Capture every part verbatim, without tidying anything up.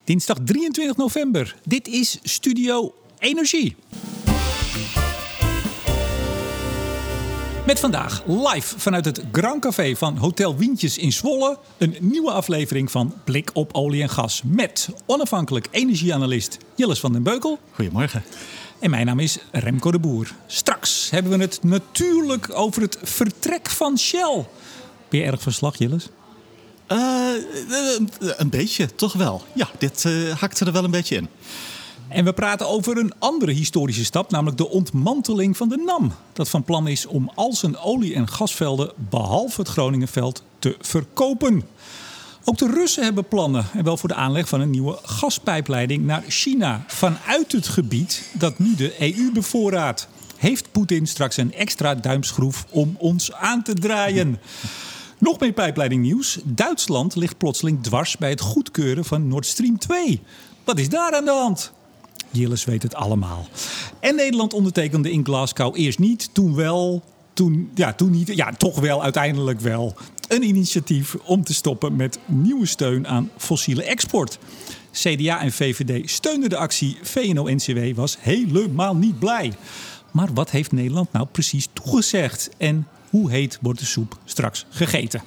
Dinsdag drieëntwintig november. Dit is Studio Energie. Met vandaag live vanuit het Grand Café van Hotel Wientjes in Zwolle een nieuwe aflevering van Blik op olie en gas met onafhankelijk energieanalist Jilles van den Beukel. Goedemorgen. En mijn naam is Remco de Boer. Straks hebben we het natuurlijk over het vertrek van Shell. Ben je erg van slag, Jilles? Uh, uh, een beetje, toch wel. Ja, dit uh, hakte er wel een beetje in. En we praten over een andere historische stap, namelijk de ontmanteling van de NAM. Dat van plan is om al zijn olie- en gasvelden, behalve het Groningenveld, te verkopen. Ook de Russen hebben plannen, en wel voor de aanleg van een nieuwe gaspijpleiding naar China. Vanuit het gebied dat nu de E U bevoorraadt. Heeft Poetin straks een extra duimschroef om ons aan te draaien? Nog meer pijpleidingnieuws. Duitsland ligt plotseling dwars bij het goedkeuren van Nord Stream twee. Wat is daar aan de hand? Jilles weet het allemaal. En Nederland ondertekende in Glasgow eerst niet, toen wel, toen, ja, toen niet, ja, toch wel, uiteindelijk wel. Een initiatief om te stoppen met nieuwe steun aan fossiele export. C D A en V V D steunden de actie. V N O N C W was helemaal niet blij. Maar wat heeft Nederland nou precies toegezegd? En hoe heet wordt de soep straks gegeten?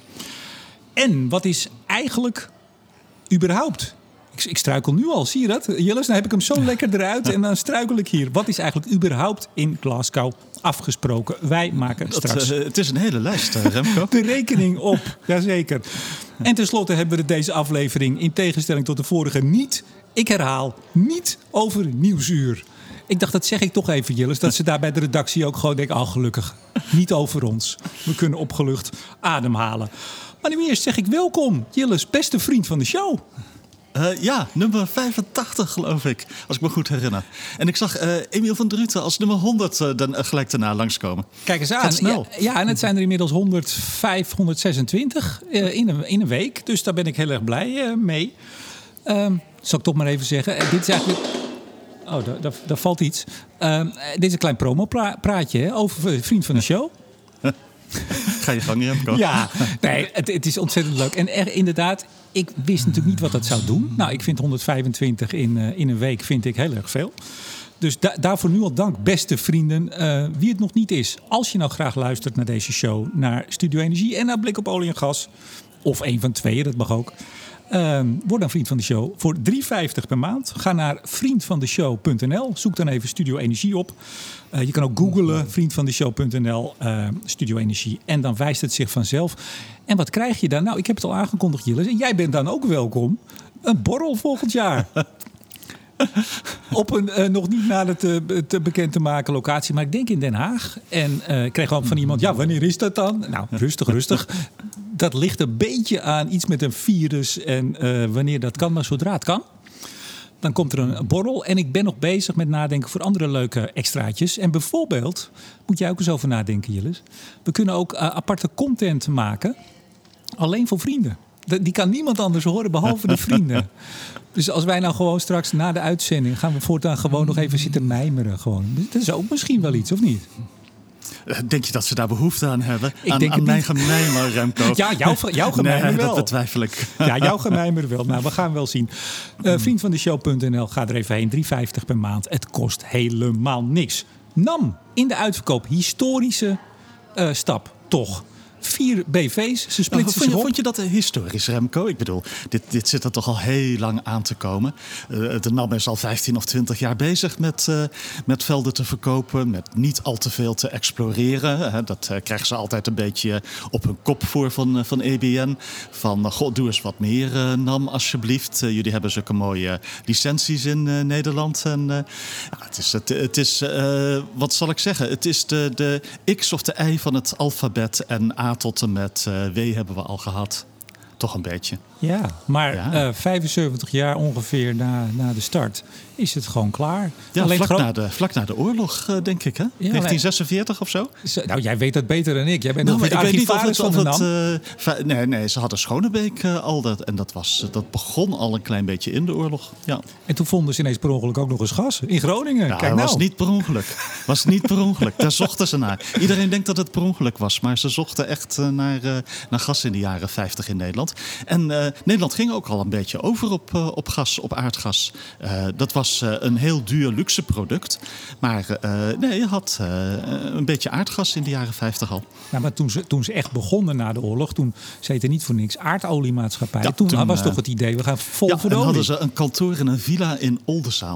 En wat is eigenlijk überhaupt... Ik, ik struikel nu al, zie je dat? Jilles, dan heb ik hem zo lekker eruit en dan struikel ik hier. Wat is eigenlijk überhaupt in Glasgow afgesproken? Wij maken straks... Dat, uh, het is een hele lijst, uh, Remco. De rekening op, jazeker. En tenslotte hebben we deze aflevering in tegenstelling tot de vorige niet, ik herhaal, niet over Nieuwsuur. Ik dacht, dat zeg ik toch even, Jilles, dat ze daar bij de redactie ook gewoon denken, oh gelukkig, niet over ons. We kunnen opgelucht ademhalen. Maar nu eerst zeg ik welkom, Jilles, beste vriend van de show. Uh, ja, nummer vijfentachtig geloof ik, als ik me goed herinner. En ik zag uh, Emiel van Druten als nummer honderd uh, dan, uh, gelijk daarna langskomen. Kijk eens aan. Ja, ja, en het zijn er inmiddels honderdvijf, honderdzesentwintig uh, in, een, in een week. Dus daar ben ik heel erg blij uh, mee. Uh, zal ik toch maar even zeggen. Uh, dit is eigenlijk... Oh, daar, daar, daar valt iets. Uh, dit is een klein promopraatje hè, over vriend van de show. Ga je gang, Remco. Ja, nee, het, het is ontzettend leuk. En er, inderdaad, ik wist natuurlijk niet wat dat zou doen. Nou, ik vind honderdvijfentwintig in, uh, in een week vind ik heel erg veel. Dus da- daarvoor nu al dank, beste vrienden. Uh, wie het nog niet is, als je nou graag luistert naar deze show, naar Studio Energie en naar Blik op olie en gas, of een van tweeën, dat mag ook. Uh, word dan vriend van de show voor drie euro vijftig per maand. Ga naar vriendvandeshow punt n l. Zoek dan even Studio Energie op. Uh, je kan ook googlen vriendvandeshow punt n l, uh, Studio Energie. En dan wijst het zich vanzelf. En wat krijg je dan? Nou, ik heb het al aangekondigd, Jilles. En jij bent dan ook welkom. Een borrel volgend jaar. Op een uh, nog niet nader te, te bekend te maken locatie. Maar ik denk in Den Haag. En uh, ik kreeg gewoon van iemand, ja, wanneer is dat dan? Nou, rustig, rustig. Dat ligt een beetje aan iets met een virus en uh, wanneer dat kan. Maar zodra het kan, dan komt er een borrel. En ik ben nog bezig met nadenken voor andere leuke extraatjes. En bijvoorbeeld, moet jij ook eens over nadenken, Jilles. We kunnen ook uh, aparte content maken. Alleen voor vrienden. Die kan niemand anders horen behalve de vrienden. Dus als wij nou gewoon straks na de uitzending gaan we voortaan gewoon nog even zitten mijmeren. Gewoon. Dat is ook misschien wel iets, of niet? Denk je dat ze daar behoefte aan hebben? Ik aan denk aan mijn niet. gemijmer, Remco? Ja, jouw, jouw gemijmer nee, wel. dat betwijfel ik. Ja, jouw gemijmer wel. Nou, we gaan wel zien. Uh, vriendvandeshow punt n l, ga er even heen. drie euro vijftig per maand. Het kost helemaal niks. NAM in de uitverkoop. Historische uh, stap, toch? Vier B V's, ze splitsen vond, je, zich op. vond je dat historisch, Remco? Ik bedoel, dit, dit zit er toch al heel lang aan te komen. Uh, de NAM is al vijftien of twintig jaar bezig met, uh, met velden te verkopen. Met niet al te veel te exploreren. Hè. Dat uh, krijgen ze altijd een beetje op hun kop voor van, uh, van E B N. Van, uh, god, doe eens wat meer uh, NAM alsjeblieft. Uh, jullie hebben zulke mooie licenties in uh, Nederland. En, uh, ja, het is, het, het is uh, wat zal ik zeggen? Het is de, de X of de Y van het alfabet en A tot en met uh, W hebben we al gehad. Toch een beetje. Ja, maar ja. Uh, vijfenzeventig jaar ongeveer na, na de start is het gewoon klaar. Ja, Alleen vlak, gro- na de, vlak na de oorlog, uh, denk ik, hè? Ja, negentien zesenveertig of zo? Nou, jij weet dat beter dan ik. Jij bent Nou, nog maar de ik weet niet of archivaris het... van Of de het NAM. uh, va- nee, nee, ze hadden Schonebeek uh, al. Dat, en dat, was, dat begon al een klein beetje in de oorlog. Ja. En toen vonden ze ineens per ongeluk ook nog eens gas in Groningen. Ja, Kijk dat nou. was niet per ongeluk. was niet per ongeluk. Daar zochten ze naar. Iedereen denkt dat het per ongeluk was. Maar ze zochten echt uh, naar, uh, naar gas in de jaren vijftig in Nederland. En uh, Nederland ging ook al een beetje over op, uh, op gas, op aardgas. Uh, dat was uh, een heel duur luxe product. Maar uh, nee, je had uh, een beetje aardgas in de jaren vijftig al. Nou, maar toen ze, toen ze echt begonnen na de oorlog, toen ze heette niet voor niks aardoliemaatschappij. Ja, toen, toen was uh, toch het idee, we gaan vol ja, voor de en olie. hadden ze een kantoor in een villa in Oldenzaal.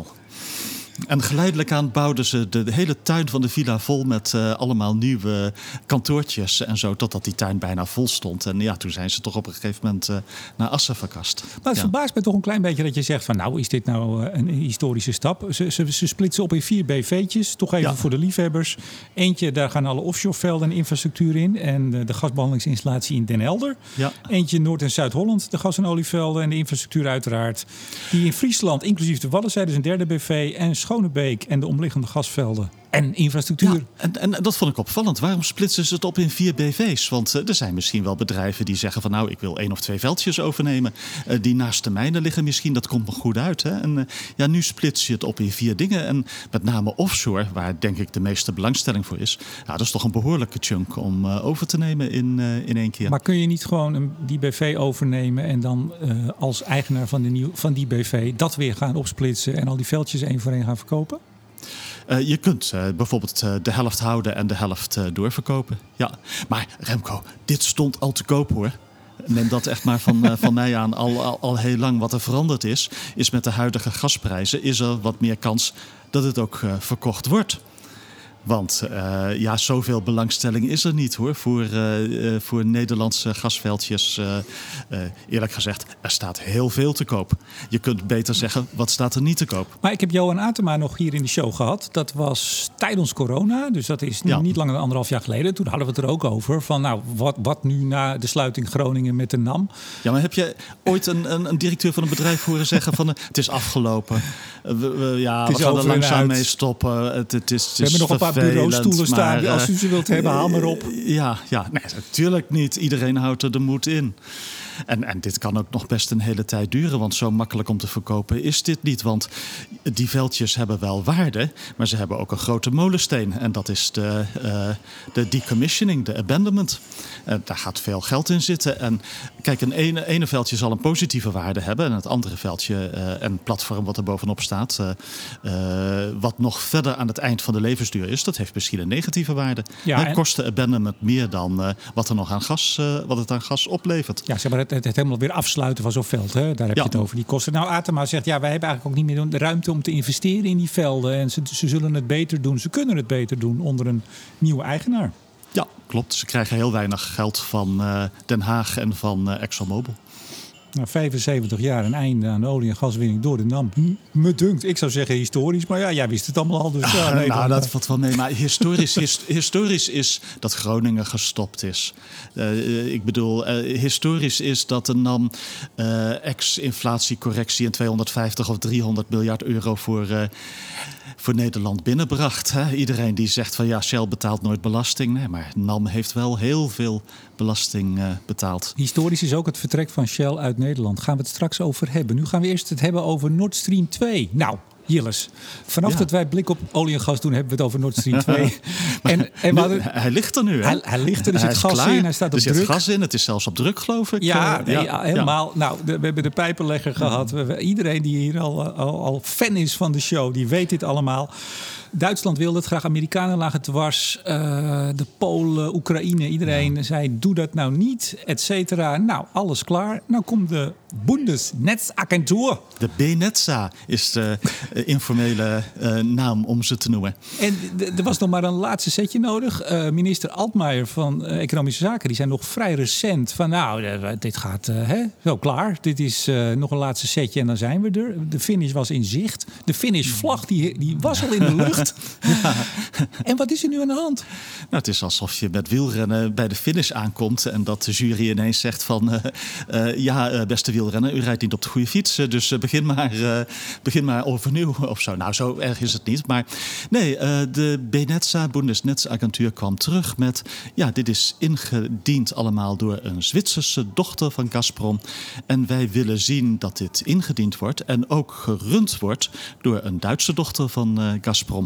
En geleidelijk aan bouwden ze de, de hele tuin van de villa vol met uh, allemaal nieuwe kantoortjes en zo, totdat die tuin bijna vol stond. En ja, toen zijn ze toch op een gegeven moment uh, naar Assen verkast. Maar het ja. verbaast me toch een klein beetje dat je zegt van nou, is dit nou uh, een historische stap? Ze, ze, ze splitsen op in vier B V'tjes, toch even ja. voor de liefhebbers. Eentje, daar gaan alle offshorevelden en infrastructuur in en de, de gasbehandelingsinstallatie in Den Helder. Ja. Eentje Noord- en Zuid-Holland, de gas- en olievelden en de infrastructuur uiteraard. Die in Friesland, inclusief de Waddenzijde, is een derde B V en Schonebeek en de omliggende gasvelden en infrastructuur. Ja, en, en dat vond ik opvallend. Waarom splitsen ze het op in vier B V's? Want uh, er zijn misschien wel bedrijven die zeggen van nou, ik wil één of twee veldjes overnemen. Uh, die naast de mijnen liggen misschien, dat komt me goed uit. Hè? En uh, ja, nu splits je het op in vier dingen. En met name offshore, waar denk ik de meeste belangstelling voor is. Ja, dat is toch een behoorlijke chunk om uh, over te nemen in, uh, in één keer. Maar kun je niet gewoon een, die B V overnemen en dan uh, als eigenaar van, de nieuw, van die B V dat weer gaan opsplitsen en al die veldjes één voor één gaan verkopen? Uh, je kunt uh, bijvoorbeeld uh, de helft houden en de helft uh, doorverkopen. Ja, maar Remco, dit stond al te koop hoor. Neem dat echt maar van, uh, van mij aan. Al, al, al heel lang wat er veranderd is, is met de huidige gasprijzen is er wat meer kans dat het ook uh, verkocht wordt. Want uh, ja, zoveel belangstelling is er niet hoor voor, uh, uh, voor Nederlandse gasveldjes. Uh, uh, eerlijk gezegd, er staat heel veel te koop. Je kunt beter zeggen, wat staat er niet te koop? Maar ik heb Johan Atema nog hier in de show gehad. Dat was tijdens corona, dus dat is ja. niet langer dan anderhalf jaar geleden. Toen hadden we het er ook over van nou, wat, wat nu na de sluiting Groningen met de N A M? Ja, maar heb je ooit een, een, een directeur van een bedrijf horen zeggen van uh, het is afgelopen. Uh, we, we, ja, het is we gaan er langzaam uit. mee stoppen. Het, het is, het we hebben nog een paar bureaustoelen staan. Maar, als u ze wilt hebben, haal maar op. Ja, ja nee, natuurlijk niet. Iedereen houdt er de moed in. En, en dit kan ook nog best een hele tijd duren. Want zo makkelijk om te verkopen is dit niet. Want die veldjes hebben wel waarde. Maar ze hebben ook een grote molensteen. En dat is de, uh, de decommissioning, de abandonment. Uh, daar gaat veel geld in zitten. En kijk, een ene, ene veldje zal een positieve waarde hebben. En het andere veldje uh, en platform wat er bovenop staat. Uh, uh, wat nog verder aan het eind van de levensduur is. Dat heeft misschien een negatieve waarde. Ja, en kost de abandonment meer dan uh, wat, er nog aan gas, uh, wat het aan gas oplevert. Ja, zeg maar het, het helemaal weer afsluiten van zo'n veld. Hè? Daar heb ja. je het over, die kosten. Nou, Atema zegt, ja, wij hebben eigenlijk ook niet meer de ruimte om te investeren in die velden. En ze, ze zullen het beter doen. Ze kunnen het beter doen onder een nieuwe eigenaar. Ja, klopt. Ze krijgen heel weinig geld van uh, Den Haag en van uh, ExxonMobil. Na vijfenzeventig jaar een einde aan de olie- en gaswinning door de N A M. Hm, me dunkt, ik zou zeggen historisch, maar ja, jij wist het allemaal al. Dus ja, nee, nou, dan, dat valt wel mee. Maar historisch, his, historisch is dat Groningen gestopt is. Uh, ik bedoel, uh, historisch is dat de N A M uh, ex-inflatiecorrectie en tweehonderdvijftig of driehonderd miljard euro voor... Uh, voor Nederland binnenbracht. Hè? Iedereen die zegt van ja, Shell betaalt nooit belasting. Nee, maar N A M heeft wel heel veel belasting uh, betaald. Historisch is ook het vertrek van Shell uit Nederland. Gaan we het straks over hebben. Nu gaan we eerst het hebben over Nord Stream twee. Nou, Jilles, vanaf ja. dat wij blik op olie en gas doen, hebben we het over Nord Stream twee. en, en nu, hadden, hij ligt er nu, hè? Hij, hij ligt er, er zit gas klaar. in, hij staat op er druk. Er zit gas in, het is zelfs op druk, geloof ik. Ja, uh, nee, ja, ja helemaal. Ja. Nou, de, we hebben de pijpenlegger gehad. We, iedereen die hier al, al, al fan is van de show, die weet dit allemaal. Duitsland wilde het graag, Amerikanen lagen dwars, uh, de Polen, Oekraïne, iedereen ja. zei doe dat nou niet, et cetera. Nou, alles klaar. Nou komt de Bundesnetzagentur. De BNetzA is de uh, informele uh, naam om ze te noemen. En d- er was nog maar een laatste setje nodig. Uh, minister Altmaier van uh, Economische Zaken, die zijn nog vrij recent van nou, uh, dit gaat uh, hè, zo klaar. Dit is uh, nog een laatste setje en dan zijn we er. De finish was in zicht. De finishvlag die, die was al in de lucht. Ja. En wat is er nu aan de hand? Nou, het is alsof je met wielrennen bij de finish aankomt en dat de jury ineens zegt van uh, uh, ja, uh, beste wielrenner, u rijdt niet op de goede fiets, dus uh, begin, maar, uh, begin maar overnieuw of zo. Nou, zo erg is het niet. Maar nee, uh, de BNetzA, Bundesnetzagentur, kwam terug met ja, dit is ingediend allemaal door een Zwitserse dochter van Gazprom. En wij willen zien dat dit ingediend wordt en ook gerund wordt door een Duitse dochter van uh, Gazprom.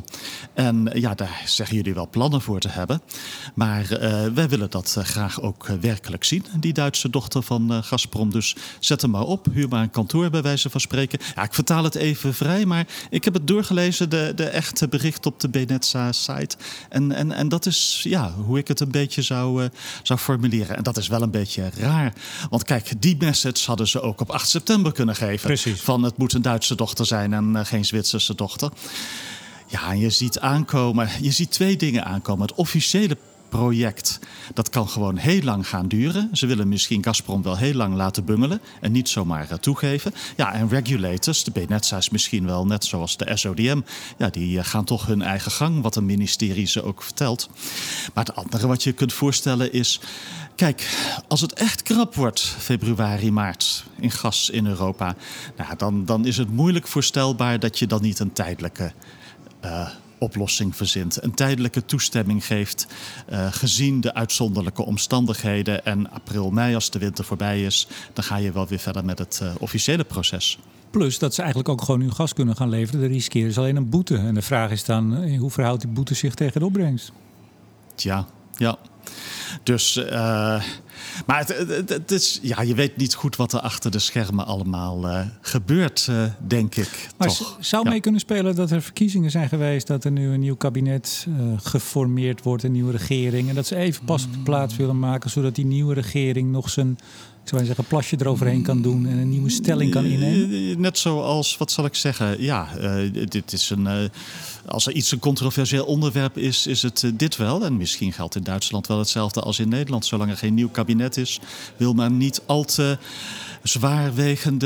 Gazprom. En ja, daar zeggen jullie wel plannen voor te hebben. Maar uh, wij willen dat uh, graag ook uh, werkelijk zien, die Duitse dochter van uh, Gazprom. Dus zet hem maar op, huur maar een kantoor bij wijze van spreken. Ja, ik vertaal het even vrij, maar ik heb het doorgelezen, de, de echte bericht op de Benetza-site. En, en, en dat is ja, hoe ik het een beetje zou, uh, zou formuleren. En dat is wel een beetje raar. Want kijk, die message hadden ze ook op acht september kunnen geven. Precies. Van het moet een Duitse dochter zijn en uh, geen Zwitserse dochter. Ja, en je ziet aankomen, je ziet twee dingen aankomen. Het officiële project, dat kan gewoon heel lang gaan duren. Ze willen misschien Gazprom wel heel lang laten bungelen en niet zomaar uh, toegeven. Ja, en regulators, de Benetza's misschien wel, net zoals de S O D M, ja, die uh, gaan toch hun eigen gang, wat een ministerie ze ook vertelt. Maar het andere wat je kunt voorstellen is, kijk, als het echt krap wordt, februari, maart, in gas in Europa, nou, dan, dan is het moeilijk voorstelbaar dat je dan niet een tijdelijke Uh, oplossing verzint. Een tijdelijke toestemming geeft, uh, gezien de uitzonderlijke omstandigheden. En april, mei, als de winter voorbij is, dan ga je wel weer verder met het uh, officiële proces. Plus dat ze eigenlijk ook gewoon nu gas kunnen gaan leveren. De riskeren is alleen een boete. En de vraag is dan, hoe verhoudt die boete zich tegen de opbrengst? Tja, ja. Dus, uh, maar het, het, het is, ja, je weet niet goed wat er achter de schermen allemaal uh, gebeurt, uh, denk ik. Maar toch? zou ja. mee kunnen spelen dat er verkiezingen zijn geweest, dat er nu een nieuw kabinet uh, geformeerd wordt, een nieuwe regering, en dat ze even pas op de plaats willen maken, zodat die nieuwe regering nog zijn, ik zou zeggen, plasje eroverheen kan doen en een nieuwe stelling kan innemen? Net zoals, wat zal ik zeggen, ja, uh, dit is een, uh, als er iets een controversieel onderwerp is, is het uh, dit wel. En misschien geldt in Duitsland wel hetzelfde als in Nederland. Zolang er geen nieuw kabinet is, wil men niet al te zwaarwegende,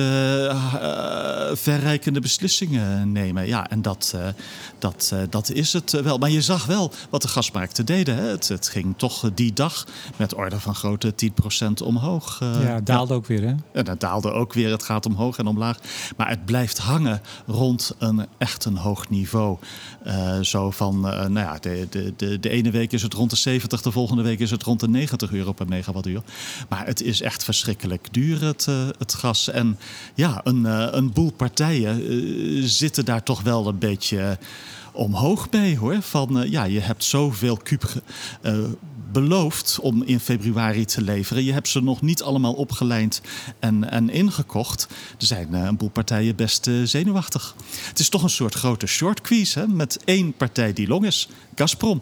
uh, verrijkende beslissingen nemen. Ja, en dat, uh, dat, uh, dat is het wel. Maar je zag wel wat de gasmarkten deden. Hè? Het, het ging toch die dag met orde van grootte tien procent omhoog. Uh, ja, het daalde ja. ook weer, hè? En het daalde ook weer. Het gaat omhoog en omlaag. Maar het blijft hangen rond een echt een hoog niveau. Uh, zo van, uh, nou ja, de, de, de, de ene week is het rond de zeventig, de volgende week is het rond de negentig euro per megawattuur. Maar het is echt verschrikkelijk duur, het, uh, het gas. En ja, een, uh, een boel partijen uh, zitten daar toch wel een beetje omhoog mee, hoor. Van, uh, ja, je hebt zoveel kuub uh, beloofd om in februari te leveren. Je hebt ze nog niet allemaal opgelijnd en, en ingekocht. Er zijn uh, een boel partijen best uh, zenuwachtig. Het is toch een soort grote short quiz, hè, met één partij die long is, Gazprom.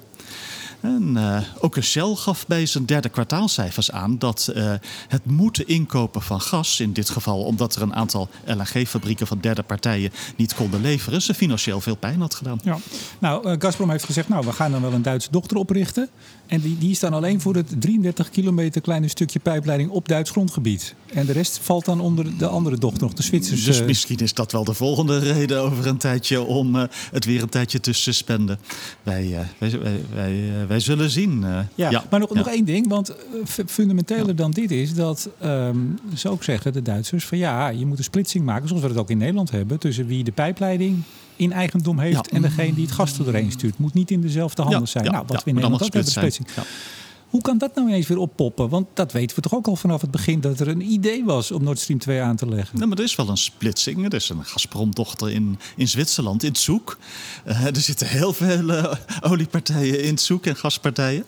En uh, ook een Shell gaf bij zijn derde kwartaalcijfers aan dat uh, het moeten inkopen van gas, in dit geval omdat er een aantal L N G-fabrieken van derde partijen niet konden leveren, ze financieel veel pijn had gedaan. Ja. Nou, uh, Gazprom heeft gezegd, nou, we gaan dan wel een Duitse dochter oprichten. En die, die is dan alleen voor het drieëndertig kilometer kleine stukje pijpleiding op Duits grondgebied. En de rest valt dan onder de andere dochter nog, de Zwitserse. Dus misschien is dat wel de volgende reden over een tijdje om uh, het weer een tijdje te suspenden. Wij, uh, wij, wij, wij, uh, wij zullen zien. Uh, ja, ja, maar nog, ja. nog één ding, want uh, fundamenteler ja. dan dit is dat um, ze ook zeggen, de Duitsers, van ja, je moet een splitsing maken, zoals we dat ook in Nederland hebben, tussen wie de pijpleiding in eigendom heeft ja. en degene die het gas er doorheen stuurt. Moet niet in dezelfde handen ja, zijn. Ja, nou, wat ja, we in Nederland ook hebben, de splitsing. Ja. Hoe kan dat nou ineens weer oppoppen? Want dat weten we toch ook al vanaf het begin, dat er een idee was om Nord Stream twee aan te leggen. Nou, maar er is wel een splitsing. Er is een Gazprom-dochter in, in Zwitserland, in Zug. Uh, er zitten heel veel uh, oliepartijen in Zug en gaspartijen.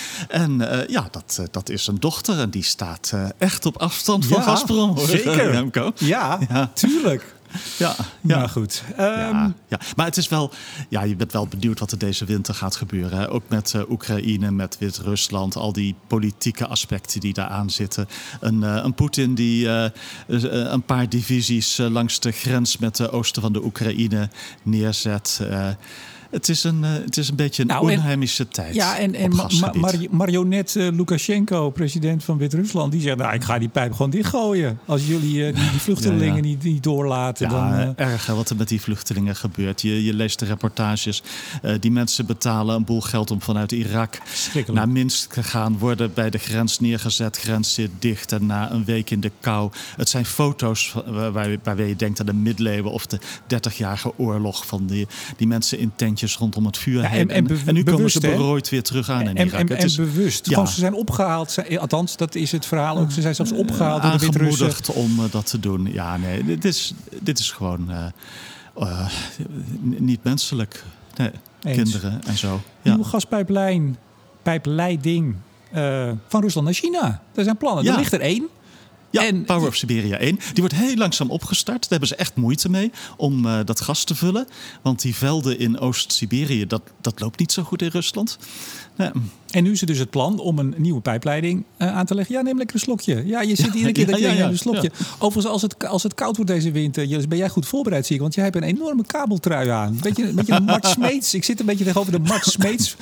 En uh, ja, dat, uh, dat is een dochter en die staat uh, echt op afstand van ja, Gazprom. Hoor. Zeker. Remco. Ja, ja, tuurlijk. Ja, ja, nou goed. Um, ja, ja. Maar het is wel, ja, je bent wel benieuwd wat er deze winter gaat gebeuren. Hè? Ook met uh, Oekraïne, met Wit-Rusland, al die politieke aspecten die daar aan zitten. Een, uh, een Poetin die uh, uh, een paar divisies uh, langs de grens met de oosten van de Oekraïne neerzet. Uh, Het is een, uh, het is een beetje een nou, onheimische tijd. Ja, en, en ma- ma- mar- marionet uh, Lukashenko, president van Wit-Rusland, die zegt, nou, ik ga die pijp gewoon dichtgooien. Als jullie uh, die, die vluchtelingen ja, ja. Niet, niet doorlaten. Ja, dan, uh... erg hè, wat er met die vluchtelingen gebeurt. Je, je leest de reportages. Uh, die mensen betalen een boel geld om vanuit Irak naar Minsk te gaan. Worden bij de grens neergezet. Grens zit dicht en na een week in de kou. Het zijn foto's waar, waar, waarbij je denkt aan de middeleeuwen of de dertigjarige oorlog van die, die mensen in tentjes rondom het vuur ja, heen. En, en, be- en nu bewust, komen ze berooid weer terug aan in en, Irak. En, het en is, bewust. Ja. Gewoon, ze zijn opgehaald. Ze, althans, dat is het verhaal ook. Ze zijn zelfs opgehaald door de Wit-Russen. Wit-Russen. Om uh, dat te doen. Ja, nee, dit is, dit is gewoon uh, uh, niet menselijk. nee, kinderen en zo. Ja. Nieuwe gaspijplijn, pijpleiding uh, van Rusland naar China. Er zijn plannen. Ja. Er ligt er één. Ja, en Power of Siberia één. Die wordt heel langzaam opgestart. Daar hebben ze echt moeite mee om uh, dat gas te vullen. Want die velden in Oost-Siberië, dat, dat loopt niet zo goed in Rusland. Ja. En nu is er dus het plan om een nieuwe pijpleiding uh, aan te leggen. Ja, neem lekker een slokje. Ja, je zit iedere keer dat je ja, ja, ja. een slokje. Ja. Overigens, als het, als het koud wordt deze winter, ben jij goed voorbereid, zie ik. Want jij hebt een enorme kabeltrui aan. Beetje, een beetje een Mart Smeets. Ik zit een beetje tegenover de Mart Smeets.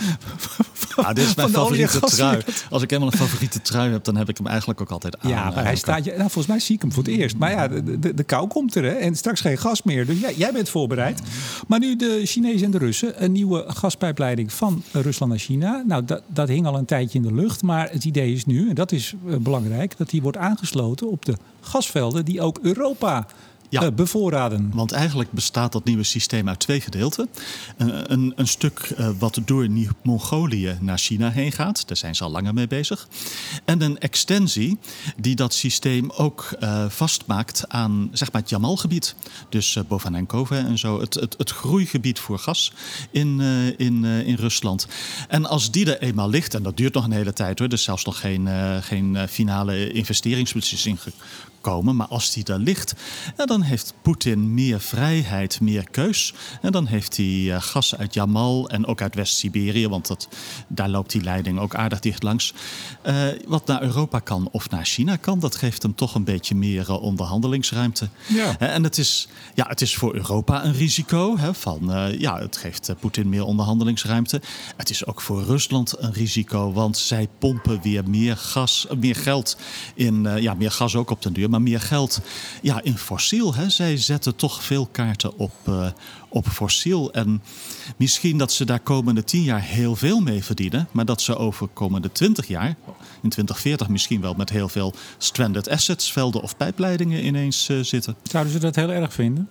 Ja, dit is mijn favoriete trui. Als ik helemaal een favoriete trui heb, dan heb ik hem eigenlijk ook altijd aan. Ja, maar hij staat je. Nou, volgens mij zie ik hem voor het eerst. Maar ja, de, de, de kou komt er, hè. En straks geen gas meer. Dus jij, jij bent voorbereid. Maar nu de Chinezen en de Russen. Een nieuwe gaspijpleiding van Rusland naar China. Nou, dat, dat hing al een tijdje in de lucht. Maar het idee is nu, en dat is uh, belangrijk, dat die wordt aangesloten op de gasvelden die ook Europa Ja, uh, bevoorraden. Want eigenlijk bestaat dat nieuwe systeem uit twee gedeelten. Uh, een, een stuk uh, wat door Mongolië naar China heen gaat. Daar zijn ze al langer mee bezig. En een extensie die dat systeem ook uh, vastmaakt aan zeg maar, het Jamalgebied. Dus uh, Bovanenkove en zo. Het, het, het groeigebied voor gas in, uh, in, uh, in Rusland. En als die er eenmaal ligt, en dat duurt nog een hele tijd hoor. Dus zelfs nog geen, uh, geen finale investeringsbeslissing komen. Maar als die daar ligt, ja, dan heeft Poetin meer vrijheid, meer keus. En dan heeft hij uh, gas uit Jamal en ook uit West-Siberië, want dat, daar loopt die leiding ook aardig dicht langs. Uh, wat naar Europa kan of naar China kan, dat geeft hem toch een beetje meer uh, onderhandelingsruimte. Ja. Uh, en het is, ja, het is voor Europa een risico. Hè, van, uh, ja, het geeft uh, Poetin meer onderhandelingsruimte. Het is ook voor Rusland een risico, want zij pompen weer meer gas, uh, meer geld in, uh, ja, meer gas ook op den duur, maar meer geld ja, in fossiel. Hè. Zij zetten toch veel kaarten op, uh, op fossiel. En misschien dat ze daar komende tien jaar heel veel mee verdienen, maar dat ze over komende twintig jaar, in twintig veertig misschien wel met heel veel stranded assets, velden of pijpleidingen ineens uh, zitten. Zouden ze dat heel erg vinden?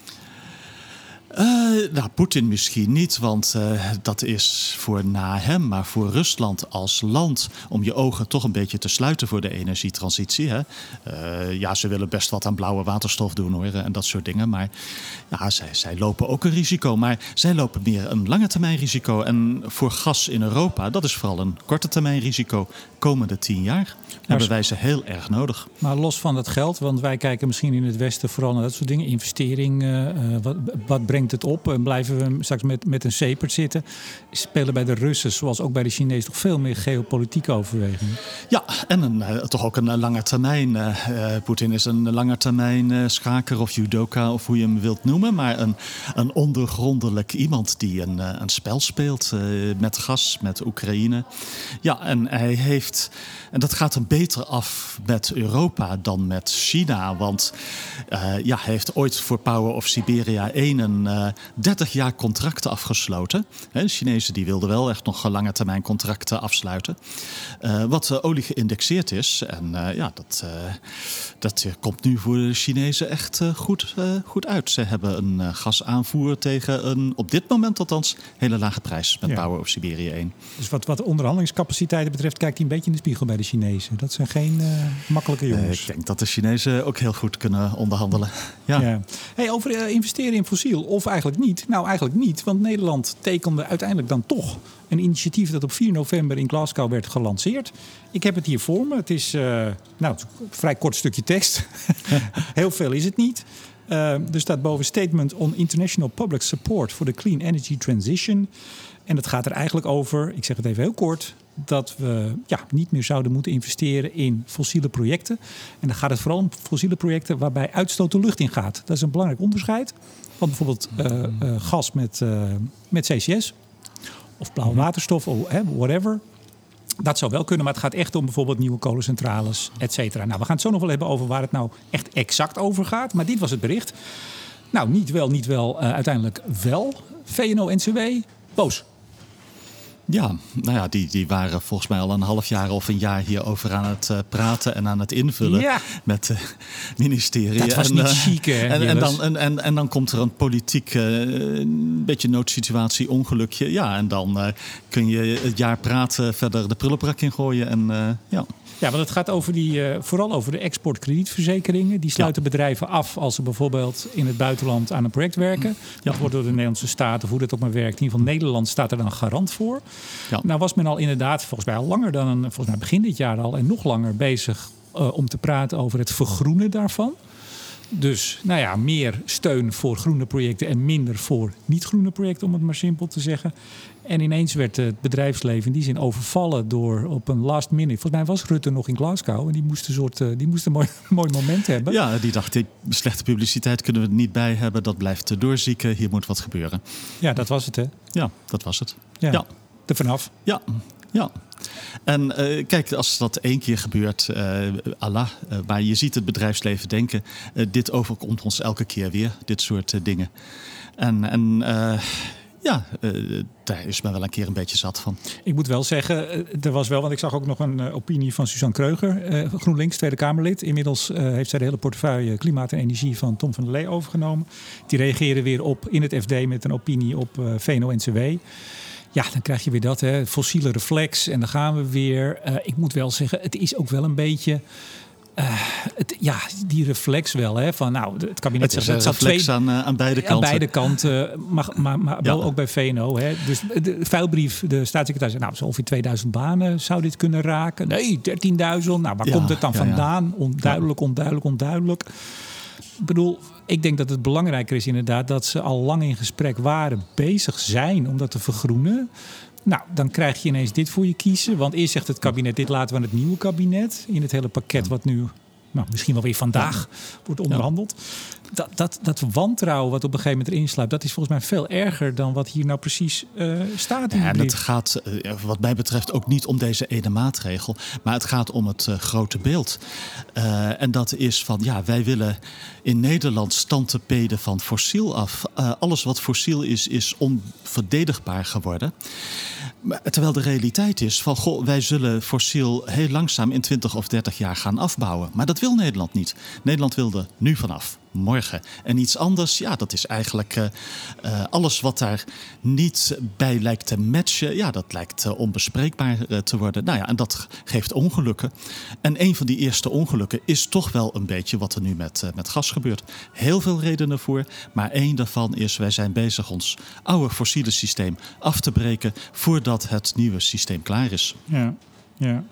Uh, nou, Poetin misschien niet, want uh, dat is voor na hem. Maar voor Rusland als land, om je ogen toch een beetje te sluiten voor de energietransitie. Hè? Uh, ja, ze willen best wat aan blauwe waterstof doen hoor, en dat soort dingen. Maar ja, zij, zij lopen ook een risico. Maar zij lopen meer een lange termijn risico. En voor gas in Europa, dat is vooral een korte termijn risico. Komende tien jaar hebben wij ze heel erg nodig. Maar los van dat geld, want wij kijken misschien in het Westen vooral naar dat soort dingen. Investering, uh, wat, wat brengt het op? En blijven we straks met, met een zeepert zitten? Spelen bij de Russen, zoals ook bij de Chinezen, toch veel meer geopolitieke overwegingen? Ja, en een, uh, toch ook een lange termijn. Uh, uh, Poetin is een lange termijn uh, schaker of judoka of hoe je hem wilt noemen. Maar een, een ondergrondelijk iemand die een, uh, een spel speelt uh, met gas, met Oekraïne. Ja, en hij heeft en dat gaat hem beter af met Europa dan met China. Want uh, ja, hij heeft ooit voor Power of Siberia één een uh, dertig jaar contract afgesloten. He, de Chinezen die wilden wel echt nog lange termijn contracten afsluiten. Uh, wat uh, olie geïndexeerd is. En uh, ja, dat, uh, dat uh, komt nu voor de Chinezen echt uh, goed, uh, goed uit. Ze hebben een uh, gasaanvoer tegen een, op dit moment althans, hele lage prijs met ja. Power of Siberia één. Dus wat, wat onderhandelingscapaciteiten betreft, kijkt hij een beetje in de spiegel bij de Chinezen. Dat zijn geen uh, makkelijke jongens. Uh, ik denk dat de Chinezen ook heel goed kunnen onderhandelen. Ja. Ja. Hey, over uh, investeren in fossiel, of eigenlijk niet? Nou, eigenlijk niet, want Nederland tekende uiteindelijk dan toch een initiatief dat op vier november in Glasgow werd gelanceerd. Ik heb het hier voor me. Het is uh, nou, een vrij kort stukje tekst. Heel veel is het niet. Uh, er staat boven Statement on International Public Support for the Clean Energy Transition. En het gaat er eigenlijk over, ik zeg het even heel kort, dat we ja, niet meer zouden moeten investeren in fossiele projecten. En dan gaat het vooral om fossiele projecten waarbij uitstoot de lucht in gaat. Dat is een belangrijk onderscheid. Want bijvoorbeeld uh, uh, gas met, uh, met C C S of blauwe waterstof of uh, whatever. Dat zou wel kunnen, maar het gaat echt om bijvoorbeeld nieuwe kolencentrales, et cetera. Nou, we gaan het zo nog wel hebben over waar het nou echt exact over gaat. Maar dit was het bericht. Nou, niet wel, niet wel, uh, uiteindelijk wel. V N O N C W, boos. Ja, nou ja, die, die waren volgens mij al een half jaar of een jaar hierover aan het uh, praten en aan het invullen ja. met het uh, ministerie. Dat was en, niet uh, chic, hè? En, en, dan, en, en, en dan komt er een politiek uh, een beetje noodsituatie, ongelukje. Ja, en dan uh, kun je het jaar praten verder de prullenbak in gooien en uh, ja. Ja, want het gaat over die, uh, vooral over de exportkredietverzekeringen. Die sluiten ja. bedrijven af als ze bijvoorbeeld in het buitenland aan een project werken. Ja. Dat wordt door de Nederlandse staat, of hoe dat ook maar werkt. In ieder geval Nederland staat er dan garant voor. Ja. Nou was men al inderdaad, volgens mij al langer dan, een, volgens mij begin dit jaar al... en nog langer bezig uh, om te praten over het vergroenen daarvan. Dus nou ja, meer steun voor groene projecten en minder voor niet-groene projecten, om het maar simpel te zeggen. En ineens werd het bedrijfsleven in die zin overvallen door op een last minute. Volgens mij was Rutte nog in Glasgow en die moest een, soort, die moest een mooi, mooi moment hebben. Ja, die dacht, die slechte publiciteit kunnen we er niet bij hebben. Dat blijft te doorzieken, hier moet wat gebeuren. Ja, dat was het hè? Ja, dat was het. Ja, ja. Er vanaf. Ja, ja. En uh, kijk, als dat één keer gebeurt, uh, Allah, uh, maar je ziet het bedrijfsleven denken, uh, dit overkomt ons elke keer weer, dit soort uh, dingen. En, en uh, ja, uh, daar is men wel een keer een beetje zat van. Ik moet wel zeggen, er was wel, want ik zag ook nog een uh, opinie van Suzanne Kreuger, uh, GroenLinks, Tweede Kamerlid. Inmiddels uh, heeft zij de hele portefeuille Klimaat en Energie van Tom van der Lee overgenomen. Die reageerde weer op in het F D met een opinie op uh, V N O N C W. Ja, dan krijg je weer dat, hè, fossiele reflex. En dan gaan we weer. Uh, ik moet wel zeggen, het is ook wel een beetje... Uh, het, ja, die reflex wel. Hè, van, nou, het kabinet het zegt... Het is een reflex twee, aan, uh, aan beide kanten. Aan beide kanten, maar, maar, maar ja. wel ook bij V N O. Hè. Dus de vuilbrief, de staatssecretaris zegt... nou, zo ongeveer tweeduizend banen zou dit kunnen raken. Nee, dertienduizend. Nou, waar ja, komt het dan ja, vandaan? Ja. Onduidelijk, onduidelijk, onduidelijk. Ik bedoel, ik denk dat het belangrijker is inderdaad... dat ze al lang in gesprek waren, bezig zijn om dat te vergroenen. Nou, dan krijg je ineens dit voor je kiezen. Want eerst zegt het kabinet, dit laten we aan het nieuwe kabinet. In het hele pakket wat nu, nou, misschien wel weer vandaag wordt onderhandeld. Dat, dat, dat wantrouwen wat op een gegeven moment erin sluipt... dat is volgens mij veel erger dan wat hier nou precies uh, staat in de ja, en brief. het gaat uh, wat mij betreft ook niet om deze ene maatregel... maar het gaat om het uh, grote beeld. Uh, en dat is van, ja, wij willen in Nederland stand te peden van fossiel af. Uh, alles wat fossiel is, is onverdedigbaar geworden. Maar, terwijl de realiteit is van, goh, wij zullen fossiel heel langzaam... in twintig of dertig jaar gaan afbouwen. Maar dat wil Nederland niet. Nederland wil er nu vanaf. Morgen. En iets anders, ja, dat is eigenlijk uh, uh, alles wat daar niet bij lijkt te matchen. Ja, dat lijkt uh, onbespreekbaar uh, te worden. Nou ja, en dat geeft ongelukken. En een van die eerste ongelukken is toch wel een beetje wat er nu met, uh, met gas gebeurt. Heel veel redenen voor, maar één daarvan is... wij zijn bezig ons oude fossiele systeem af te breken... voordat het nieuwe systeem klaar is. Ja, ja.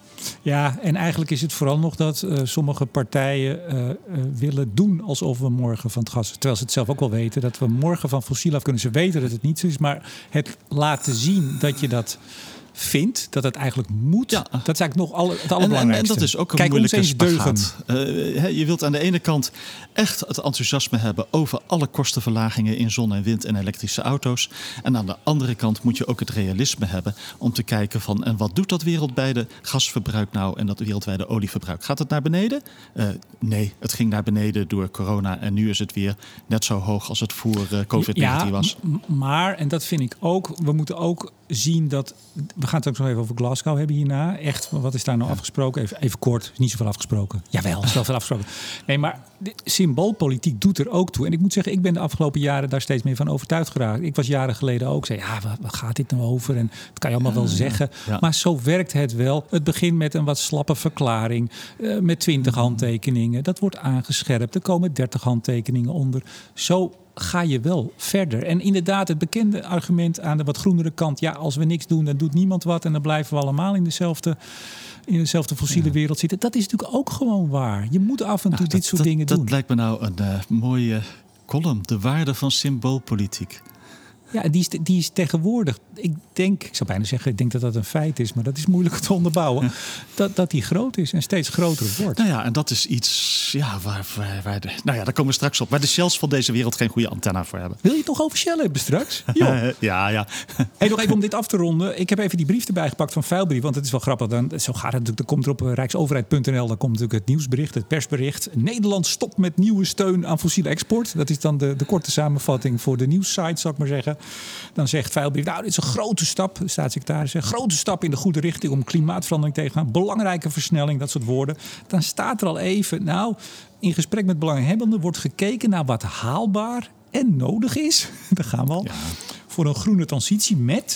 Ja, en eigenlijk is het vooral nog dat uh, sommige partijen uh, uh, willen doen alsof we morgen van het gas... terwijl ze het zelf ook wel weten, dat we morgen van fossiel af kunnen. Ze weten dat het niet zo is, maar het laten zien dat je dat vindt, dat het eigenlijk moet... Ja. Dat is eigenlijk nog alle, het allerbelangrijkste. En, en, en dat is ook een Kijk, moeilijke spagaat. Uh, he, je wilt aan de ene kant echt het enthousiasme hebben... over alle kostenverlagingen in zon en wind en elektrische auto's. En aan de andere kant moet je ook het realisme hebben... om te kijken van, en wat doet dat wereldwijde gasverbruik nou... en dat wereldwijde olieverbruik? Gaat het naar beneden? Uh, nee, het ging naar beneden door corona... en nu is het weer net zo hoog als het voor uh, covid negentien ja, was. M- maar, en dat vind ik ook... we moeten ook zien dat... we gaan het ook nog even over Glasgow hebben hierna. Echt, wat is daar nou ja. afgesproken? Even, even kort, is niet zoveel afgesproken. Jawel, is wel veel afgesproken. Nee, maar de symboolpolitiek doet er ook toe. En ik moet zeggen, ik ben de afgelopen jaren daar steeds meer van overtuigd geraakt. Ik was jaren geleden ook, zei ja, waar, waar gaat dit nou over? En dat kan je allemaal ja, wel zeggen. Ja. Maar zo werkt het wel. Het begint met een wat slappe verklaring. Uh, met twintig handtekeningen. Dat wordt aangescherpt. Er komen dertig handtekeningen onder. Zo ga je wel verder. En inderdaad, het bekende argument aan de wat groenere kant... ja, als we niks doen, dan doet niemand wat... en dan blijven we allemaal in dezelfde, in dezelfde fossiele ja. wereld zitten. Dat is natuurlijk ook gewoon waar. Je moet af en toe nou, dit dat, soort dat, dingen dat doen. Dat lijkt me nou een uh, mooie column. De waarde van symboolpolitiek. Ja, die is, die is tegenwoordig, ik denk, ik zou bijna zeggen, ik denk dat dat een feit is, maar dat is moeilijk te onderbouwen, ja. dat, dat die groot is en steeds groter wordt. Nou ja, en dat is iets, ja, waar, waar, waar de, nou ja, daar komen we straks op, waar de Shells van deze wereld geen goede antenna voor hebben. Wil je het nog over Shell hebben straks? ja, ja. Hey, nog even om dit af te ronden. Ik heb even die brief erbij gepakt van Vuilbrief, want het is wel grappig. Dan, zo gaat het natuurlijk, dan komt er op rijksoverheid punt n l, dan komt natuurlijk het nieuwsbericht, het persbericht. Nederland stopt met nieuwe steun aan fossiele export. Dat is dan de, de korte samenvatting voor de nieuwssite, zal ik maar zeggen. Dan zegt Vuilbrief, nou, dit is een grote stap, de staatssecretaris zegt, grote stap in de goede richting om klimaatverandering tegen te gaan. Belangrijke versnelling, dat soort woorden. Dan staat er al even, nou, in gesprek met belanghebbenden wordt gekeken naar wat haalbaar en nodig is. Daar gaan we al. Ja. Voor een groene transitie met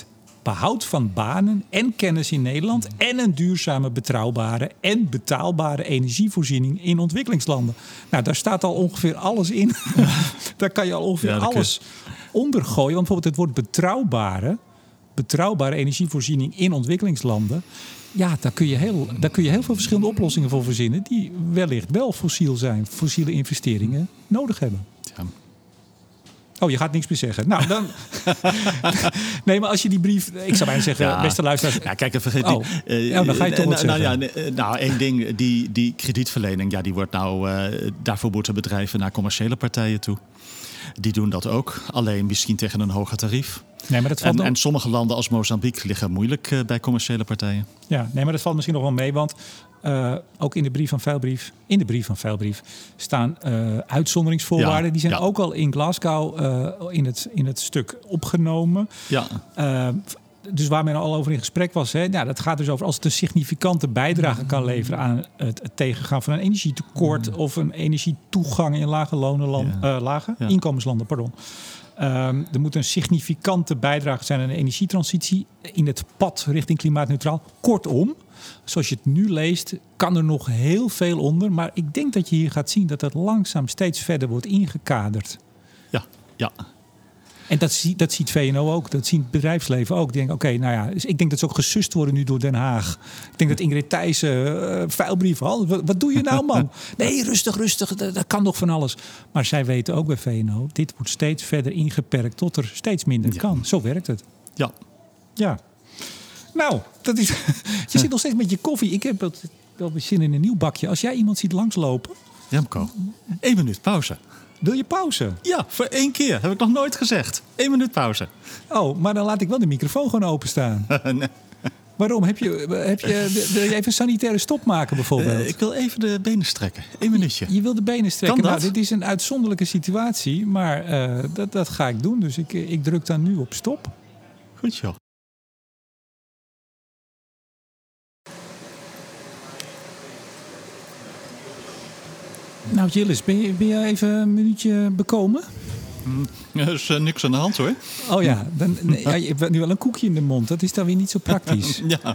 behoud van banen en kennis in Nederland en een duurzame, betrouwbare en betaalbare energievoorziening in ontwikkelingslanden. Nou, daar staat al ongeveer alles in. Daar kan je al ongeveer ja, alles onder gooien. Want bijvoorbeeld het woord betrouwbare, betrouwbare energievoorziening in ontwikkelingslanden. Ja, daar kun, je heel, daar kun je heel veel verschillende oplossingen voor verzinnen die wellicht wel fossiel zijn, fossiele investeringen nodig hebben. Ja. Oh, je gaat niks meer zeggen. Nou, dan... nee, maar als je die brief... Ik zou bijna zeggen, ja. beste luisteraars... Ja, kijk, vergeet oh. die... Uh, ja, dan ga je toch uh, wat nou, zeggen. Nou, ja, nou, één ding. Die, die kredietverlening, ja, die wordt nou... Uh, daarvoor moeten bedrijven naar commerciële partijen toe. Die doen dat ook. Alleen misschien tegen een hoger tarief. Nee, maar dat valt en, nog... en sommige landen als Mozambique liggen moeilijk uh, bij commerciële partijen. Ja, nee, maar dat valt misschien nog wel mee. Want uh, ook in de brief van Veilbrief, in de brief van Veilbrief staan uh, uitzonderingsvoorwaarden. Ja, die zijn ja. ook al in Glasgow uh, in, het, in het stuk opgenomen. Ja. Uh, dus waar men al over in gesprek was, hè, nou, dat gaat dus over als het een significante bijdrage kan leveren aan het, het tegengaan van een energietekort mm. of een energietoegang in lage lonenland, ja. uh, lage ja. inkomenslanden, pardon. Um, er moet een significante bijdrage zijn aan de energietransitie in het pad richting klimaatneutraal. Kortom, zoals je het nu leest, kan er nog heel veel onder. Maar ik denk dat je hier gaat zien dat dat langzaam steeds verder wordt ingekaderd. Ja, ja. En dat, zie, dat ziet V N O ook, dat ziet het bedrijfsleven ook. Die denken, oké, okay, nou ja, dus ik denk dat ze ook gesust worden nu door Den Haag. Ik denk dat Ingrid Thijssen, uh, Veilbrief, wat, wat doe je nou, man? Nee, rustig, rustig, dat, dat kan nog van alles. Maar zij weten ook bij V N O, dit wordt steeds verder ingeperkt tot er steeds minder ja. kan. Zo werkt het. Ja. Ja. Nou, dat is, je zit nog steeds met je koffie. Ik heb wel zin in een nieuw bakje. Als jij iemand ziet langslopen... Remco, één minuut pauze. Wil je pauze? Ja, voor één keer. Heb ik nog nooit gezegd. Eén minuut pauze. Oh, maar dan laat ik wel de microfoon gewoon openstaan. nee. Waarom? Heb je, heb je, wil je even een sanitaire stop maken bijvoorbeeld? Uh, ik wil even de benen strekken. Eén minuutje. Je, je wil de benen strekken. Kan dat? Nou, dit is een uitzonderlijke situatie, maar uh, dat, dat ga ik doen. Dus ik, ik druk dan nu op stop. Goed joh. Nou, Gilles, ben je, ben je even een minuutje bekomen? Mm, er is uh, niks aan de hand hoor. Oh ja, dan, nee, ja, je hebt nu wel een koekje in de mond. Dat is dan weer niet zo praktisch. ja.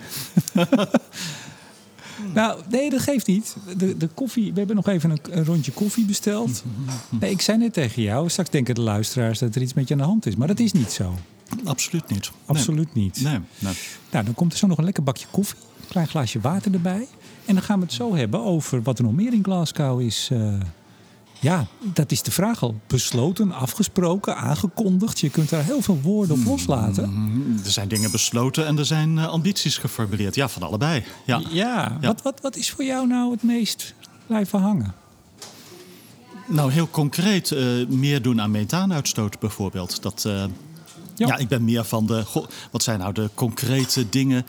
Nou, nee, dat geeft niet. De, de koffie, we hebben nog even een, een rondje koffie besteld. Nee, ik zei net tegen jou, straks denken de luisteraars dat er iets met je aan de hand is. Maar dat is niet zo. Absoluut niet. Absoluut nee. niet. Nee, nee. Nou, dan komt er zo nog een lekker bakje koffie. Een klein glaasje water erbij. En dan gaan we het zo hebben over wat er nog meer in Glasgow is. Uh, ja, dat is de vraag al. Besloten, afgesproken, aangekondigd. Je kunt daar heel veel woorden op loslaten. Mm, er zijn dingen besloten en er zijn uh, ambities geformuleerd. Ja, van allebei. Ja, ja, ja. Wat, wat, wat is voor jou nou het meest blijven hangen? Nou, heel concreet uh, meer doen aan methaanuitstoot bijvoorbeeld. Dat... Uh, Ja. ja, ik ben meer van de... Goh, wat zijn nou de concrete dingen...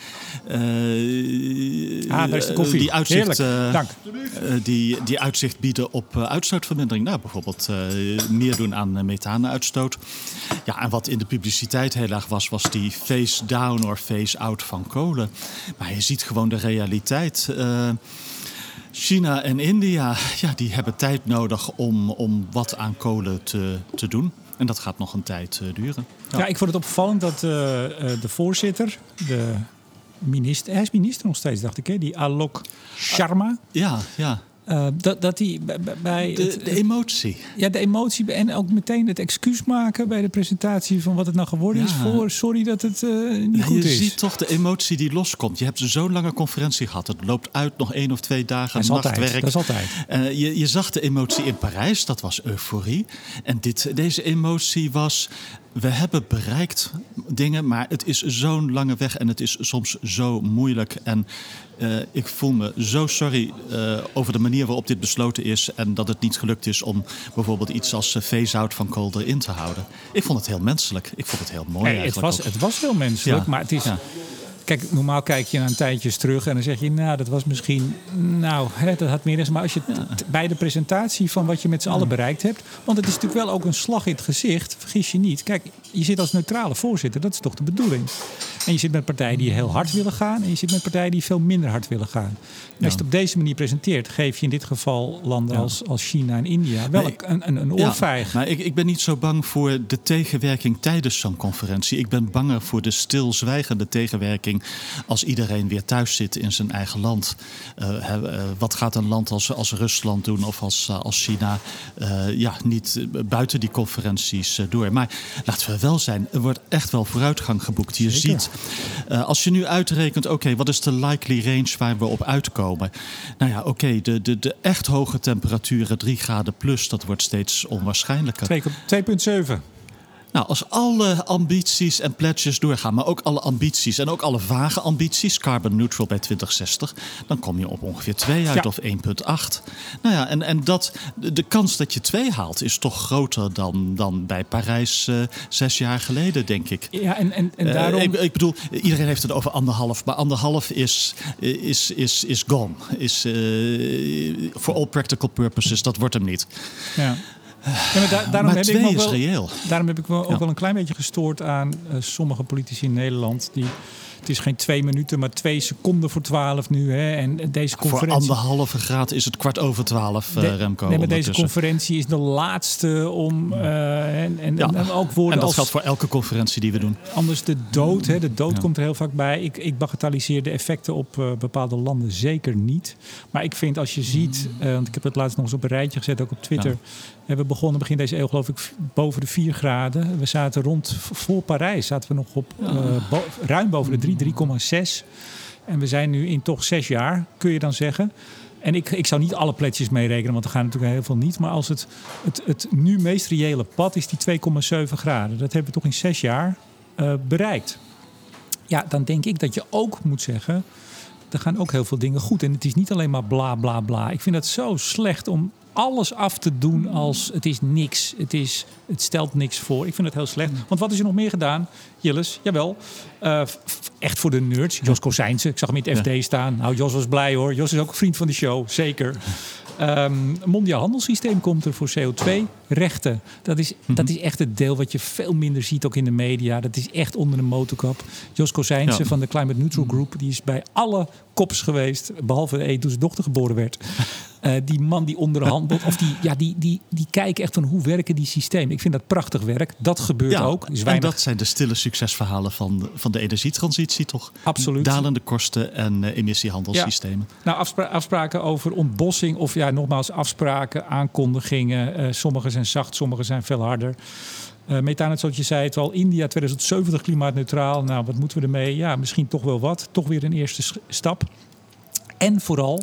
Uh, ah, daar is de koffie. Die uitzicht, Heerlijk, dank. Uh, die, die uitzicht bieden op uh, uitstootvermindering. Nou, bijvoorbeeld uh, meer doen aan uh, methaanuitstoot. Ja, en wat in de publiciteit heel erg was... was die face down of face out van kolen. Maar je ziet gewoon de realiteit... Uh, China en India, ja, die hebben tijd nodig om, om wat aan kolen te, te doen. En dat gaat nog een tijd uh, duren. Ja. ja, ik vond het opvallend dat uh, de voorzitter, de minister, hij is minister nog steeds, dacht ik, hè? Die Alok Sharma. Uh, ja, ja. Uh, dat, dat hij bij de, het, de emotie. Ja, de emotie en ook meteen het excuus maken bij de presentatie van wat het nou geworden ja. is voor. Sorry dat het uh, niet ja, goed je is. Je ziet toch de emotie die loskomt. Je hebt zo'n lange conferentie gehad. Het loopt uit nog één of twee dagen dat nachtwerk. Altijd, dat is altijd. Uh, je, je zag de emotie in Parijs. Dat was euforie. En dit, deze emotie was... We hebben bereikt dingen, maar het is zo'n lange weg en het is soms zo moeilijk. En uh, ik voel me zo sorry uh, over de manier waarop dit besloten is... en dat het niet gelukt is om bijvoorbeeld iets als uh, phase-out van kool erin te houden. Ik vond het heel menselijk. Ik vond het heel mooi hey, eigenlijk. Het was, het was heel menselijk, ja. maar het is... Ja. Kijk, normaal kijk je naar een tijdjes terug en dan zeg je... nou, dat was misschien... nou, hè, dat had meer eens. Maar als je t- t- bij de presentatie van wat je met z'n allen bereikt hebt... want het is natuurlijk wel ook een slag in het gezicht, vergis je niet. Kijk, je zit als neutrale voorzitter, dat is toch de bedoeling. En je zit met partijen die heel hard willen gaan. En je zit met partijen die veel minder hard willen gaan. En als je het op deze manier presenteert, geef je in dit geval landen ja. als, als China en India wel nee, een, een, een oorvijg. Ja, maar ik, ik ben niet zo bang voor de tegenwerking tijdens zo'n conferentie. Ik ben banger voor de stilzwijgende tegenwerking als iedereen weer thuis zit in zijn eigen land. Uh, uh, wat gaat een land als, als Rusland doen of als, uh, als China? Uh, ja, niet uh, buiten die conferenties uh, door. Maar laten we wel zijn, er wordt echt wel vooruitgang geboekt. Je Zeker. ziet, uh, als je nu uitrekent, oké, okay, wat is de likely range waar we op uitkomen? Nou ja, oké, okay, de, de, de echt hoge temperaturen, drie graden plus, dat wordt steeds onwaarschijnlijker. twee komma zeven. Nou, als alle ambities en pledges doorgaan, maar ook alle ambities en ook alle vage ambities, carbon neutral bij twintig zestig, dan kom je op ongeveer twee uit ja. of één komma acht. Nou ja, en, en dat, de kans dat je twee haalt is toch groter dan, dan bij Parijs uh, zes jaar geleden, denk ik. Ja, en, en, en daarom... Uh, ik, ik bedoel, iedereen heeft het over anderhalf, maar anderhalf is, is, is, is gone. Is, uh, for all practical purposes, dat wordt hem niet. Ja. Ja, maar da- daarom maar heb twee ik me is wel, reëel. Daarom heb ik me ook ja. wel een klein beetje gestoord aan uh, sommige politici in Nederland. Die, het is geen twee minuten, maar twee seconden voor twaalf nu. Hè. En deze conferentie... Voor anderhalve graad is het kwart over twaalf, uh, de, Remco. Nee, maar deze conferentie is de laatste om... Uh, en, en, ja. en ook woorden en dat als, geldt voor elke conferentie die we doen. Anders de dood. Hè. De dood ja. komt er heel vaak bij. Ik, ik bagatelliseer de effecten op uh, bepaalde landen zeker niet. Maar ik vind als je ziet... Uh, want ik heb het laatst nog eens op een rijtje gezet, ook op Twitter... Ja. En we begonnen begin deze eeuw geloof ik boven de vier graden. We zaten rond, voor Parijs zaten we nog op uh, bo- ruim boven de drie, drie komma zes. En we zijn nu in toch zes jaar, kun je dan zeggen. En ik, ik zou niet alle pledges meerekenen, want er gaan natuurlijk heel veel niet. Maar als het, het, het nu meest reële pad is die twee komma zeven graden. Dat hebben we toch in zes jaar uh, bereikt. Ja, dan denk ik dat je ook moet zeggen... er gaan ook heel veel dingen goed. En het is niet alleen maar bla, bla, bla. Ik vind het zo slecht om... alles af te doen als het is niks. Het, is, het stelt niks voor. Ik vind het heel slecht. Want wat is er nog meer gedaan? Jilles, jawel. Uh, f- echt voor de nerds. Jos Kozijnse. Ik zag hem in het F D ja. staan. Nou, Jos was blij hoor. Jos is ook een vriend van de show. Zeker. Um, mondiaal handelssysteem komt er voor C O twee rechten. Dat is, mm-hmm. dat is echt het deel wat je veel minder ziet ook in de media. Dat is echt onder de motorkap. Jos Kozijnse ja. van de Climate Neutral Group... die is bij alle kops geweest... behalve de, toen zijn dochter geboren werd... Uh, die man die onderhandelt, of die, ja, die, die, die kijken echt van hoe werken die systemen. Ik vind dat prachtig werk. Dat gebeurt ja, ook. Dus weinig... En dat zijn de stille succesverhalen van, van de energietransitie, toch? Absoluut. Dalende kosten en uh, emissiehandelssystemen. Ja. Nou, afspra- afspraken over ontbossing of ja, nogmaals afspraken, aankondigingen. Uh, sommige zijn zacht, sommige zijn veel harder. Uh, methaan, zoals je zei het al, India twintig zeventig klimaatneutraal. Nou, wat moeten we ermee? Ja, misschien toch wel wat. Toch weer een eerste sch- stap. En vooral...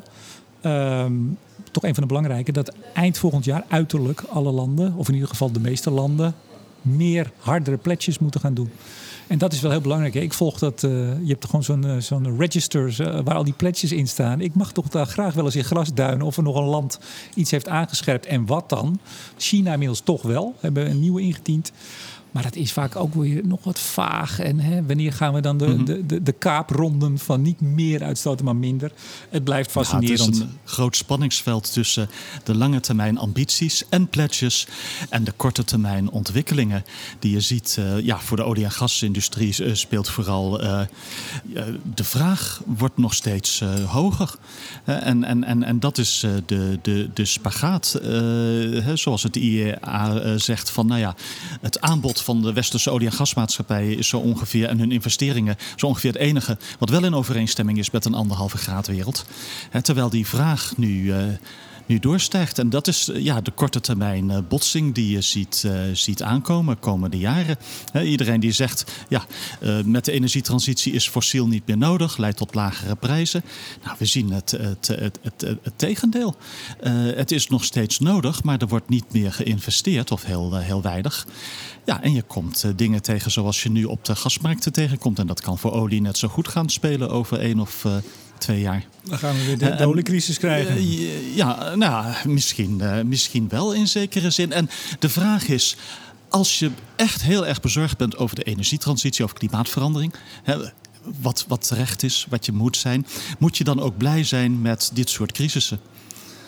Um, toch een van de belangrijke, dat eind volgend jaar uiterlijk alle landen, of in ieder geval de meeste landen, meer hardere pledges moeten gaan doen. En dat is wel heel belangrijk. Hè? Ik volg dat, uh, je hebt gewoon zo'n, uh, zo'n register uh, waar al die pledges in staan. Ik mag toch daar graag wel eens in gras duinen of er nog een land iets heeft aangescherpt. En wat dan? China inmiddels toch wel. We hebben een nieuwe ingediend. Maar dat is vaak ook weer nog wat vaag. En hè, wanneer gaan we dan de, mm-hmm. de, de, de kaapronden van niet meer uitstoten, maar minder? Het blijft fascinerend. Ja, het is een groot spanningsveld tussen de lange termijn ambities en pledges en de korte termijn ontwikkelingen die je ziet. Uh, ja, voor de olie- en gasindustrie uh, speelt vooral uh, uh, de vraag wordt nog steeds uh, hoger. Uh, en, en, en, en dat is uh, de, de, de spagaat. Uh, hè, zoals het I E A uh, zegt van nou ja, het aanbod van de westerse olie- en gasmaatschappijen is zo ongeveer, en hun investeringen zo ongeveer het enige wat wel in overeenstemming is met een anderhalve graad wereld. He, terwijl die vraag nu, uh, nu doorstijgt. En dat is uh, ja, de korte termijn uh, botsing die je ziet, uh, ziet aankomen komende jaren. He, iedereen die zegt, ja, uh, met de energietransitie is fossiel niet meer nodig, leidt tot lagere prijzen. Nou, we zien het, het, het, het, het, het tegendeel. Uh, het is nog steeds nodig, maar er wordt niet meer geïnvesteerd, of heel, uh, heel weinig. Ja, en je komt uh, dingen tegen zoals je nu op de gasmarkten tegenkomt. En dat kan voor olie net zo goed gaan spelen over één of uh, twee jaar. Dan gaan we weer de, de oliecrisis krijgen. Uh, ja, nou, misschien, uh, misschien wel in zekere zin. En de vraag is, als je echt heel erg bezorgd bent over de energietransitie, over klimaatverandering, hè, wat, wat terecht is, wat je moet zijn, moet je dan ook blij zijn met dit soort crisissen?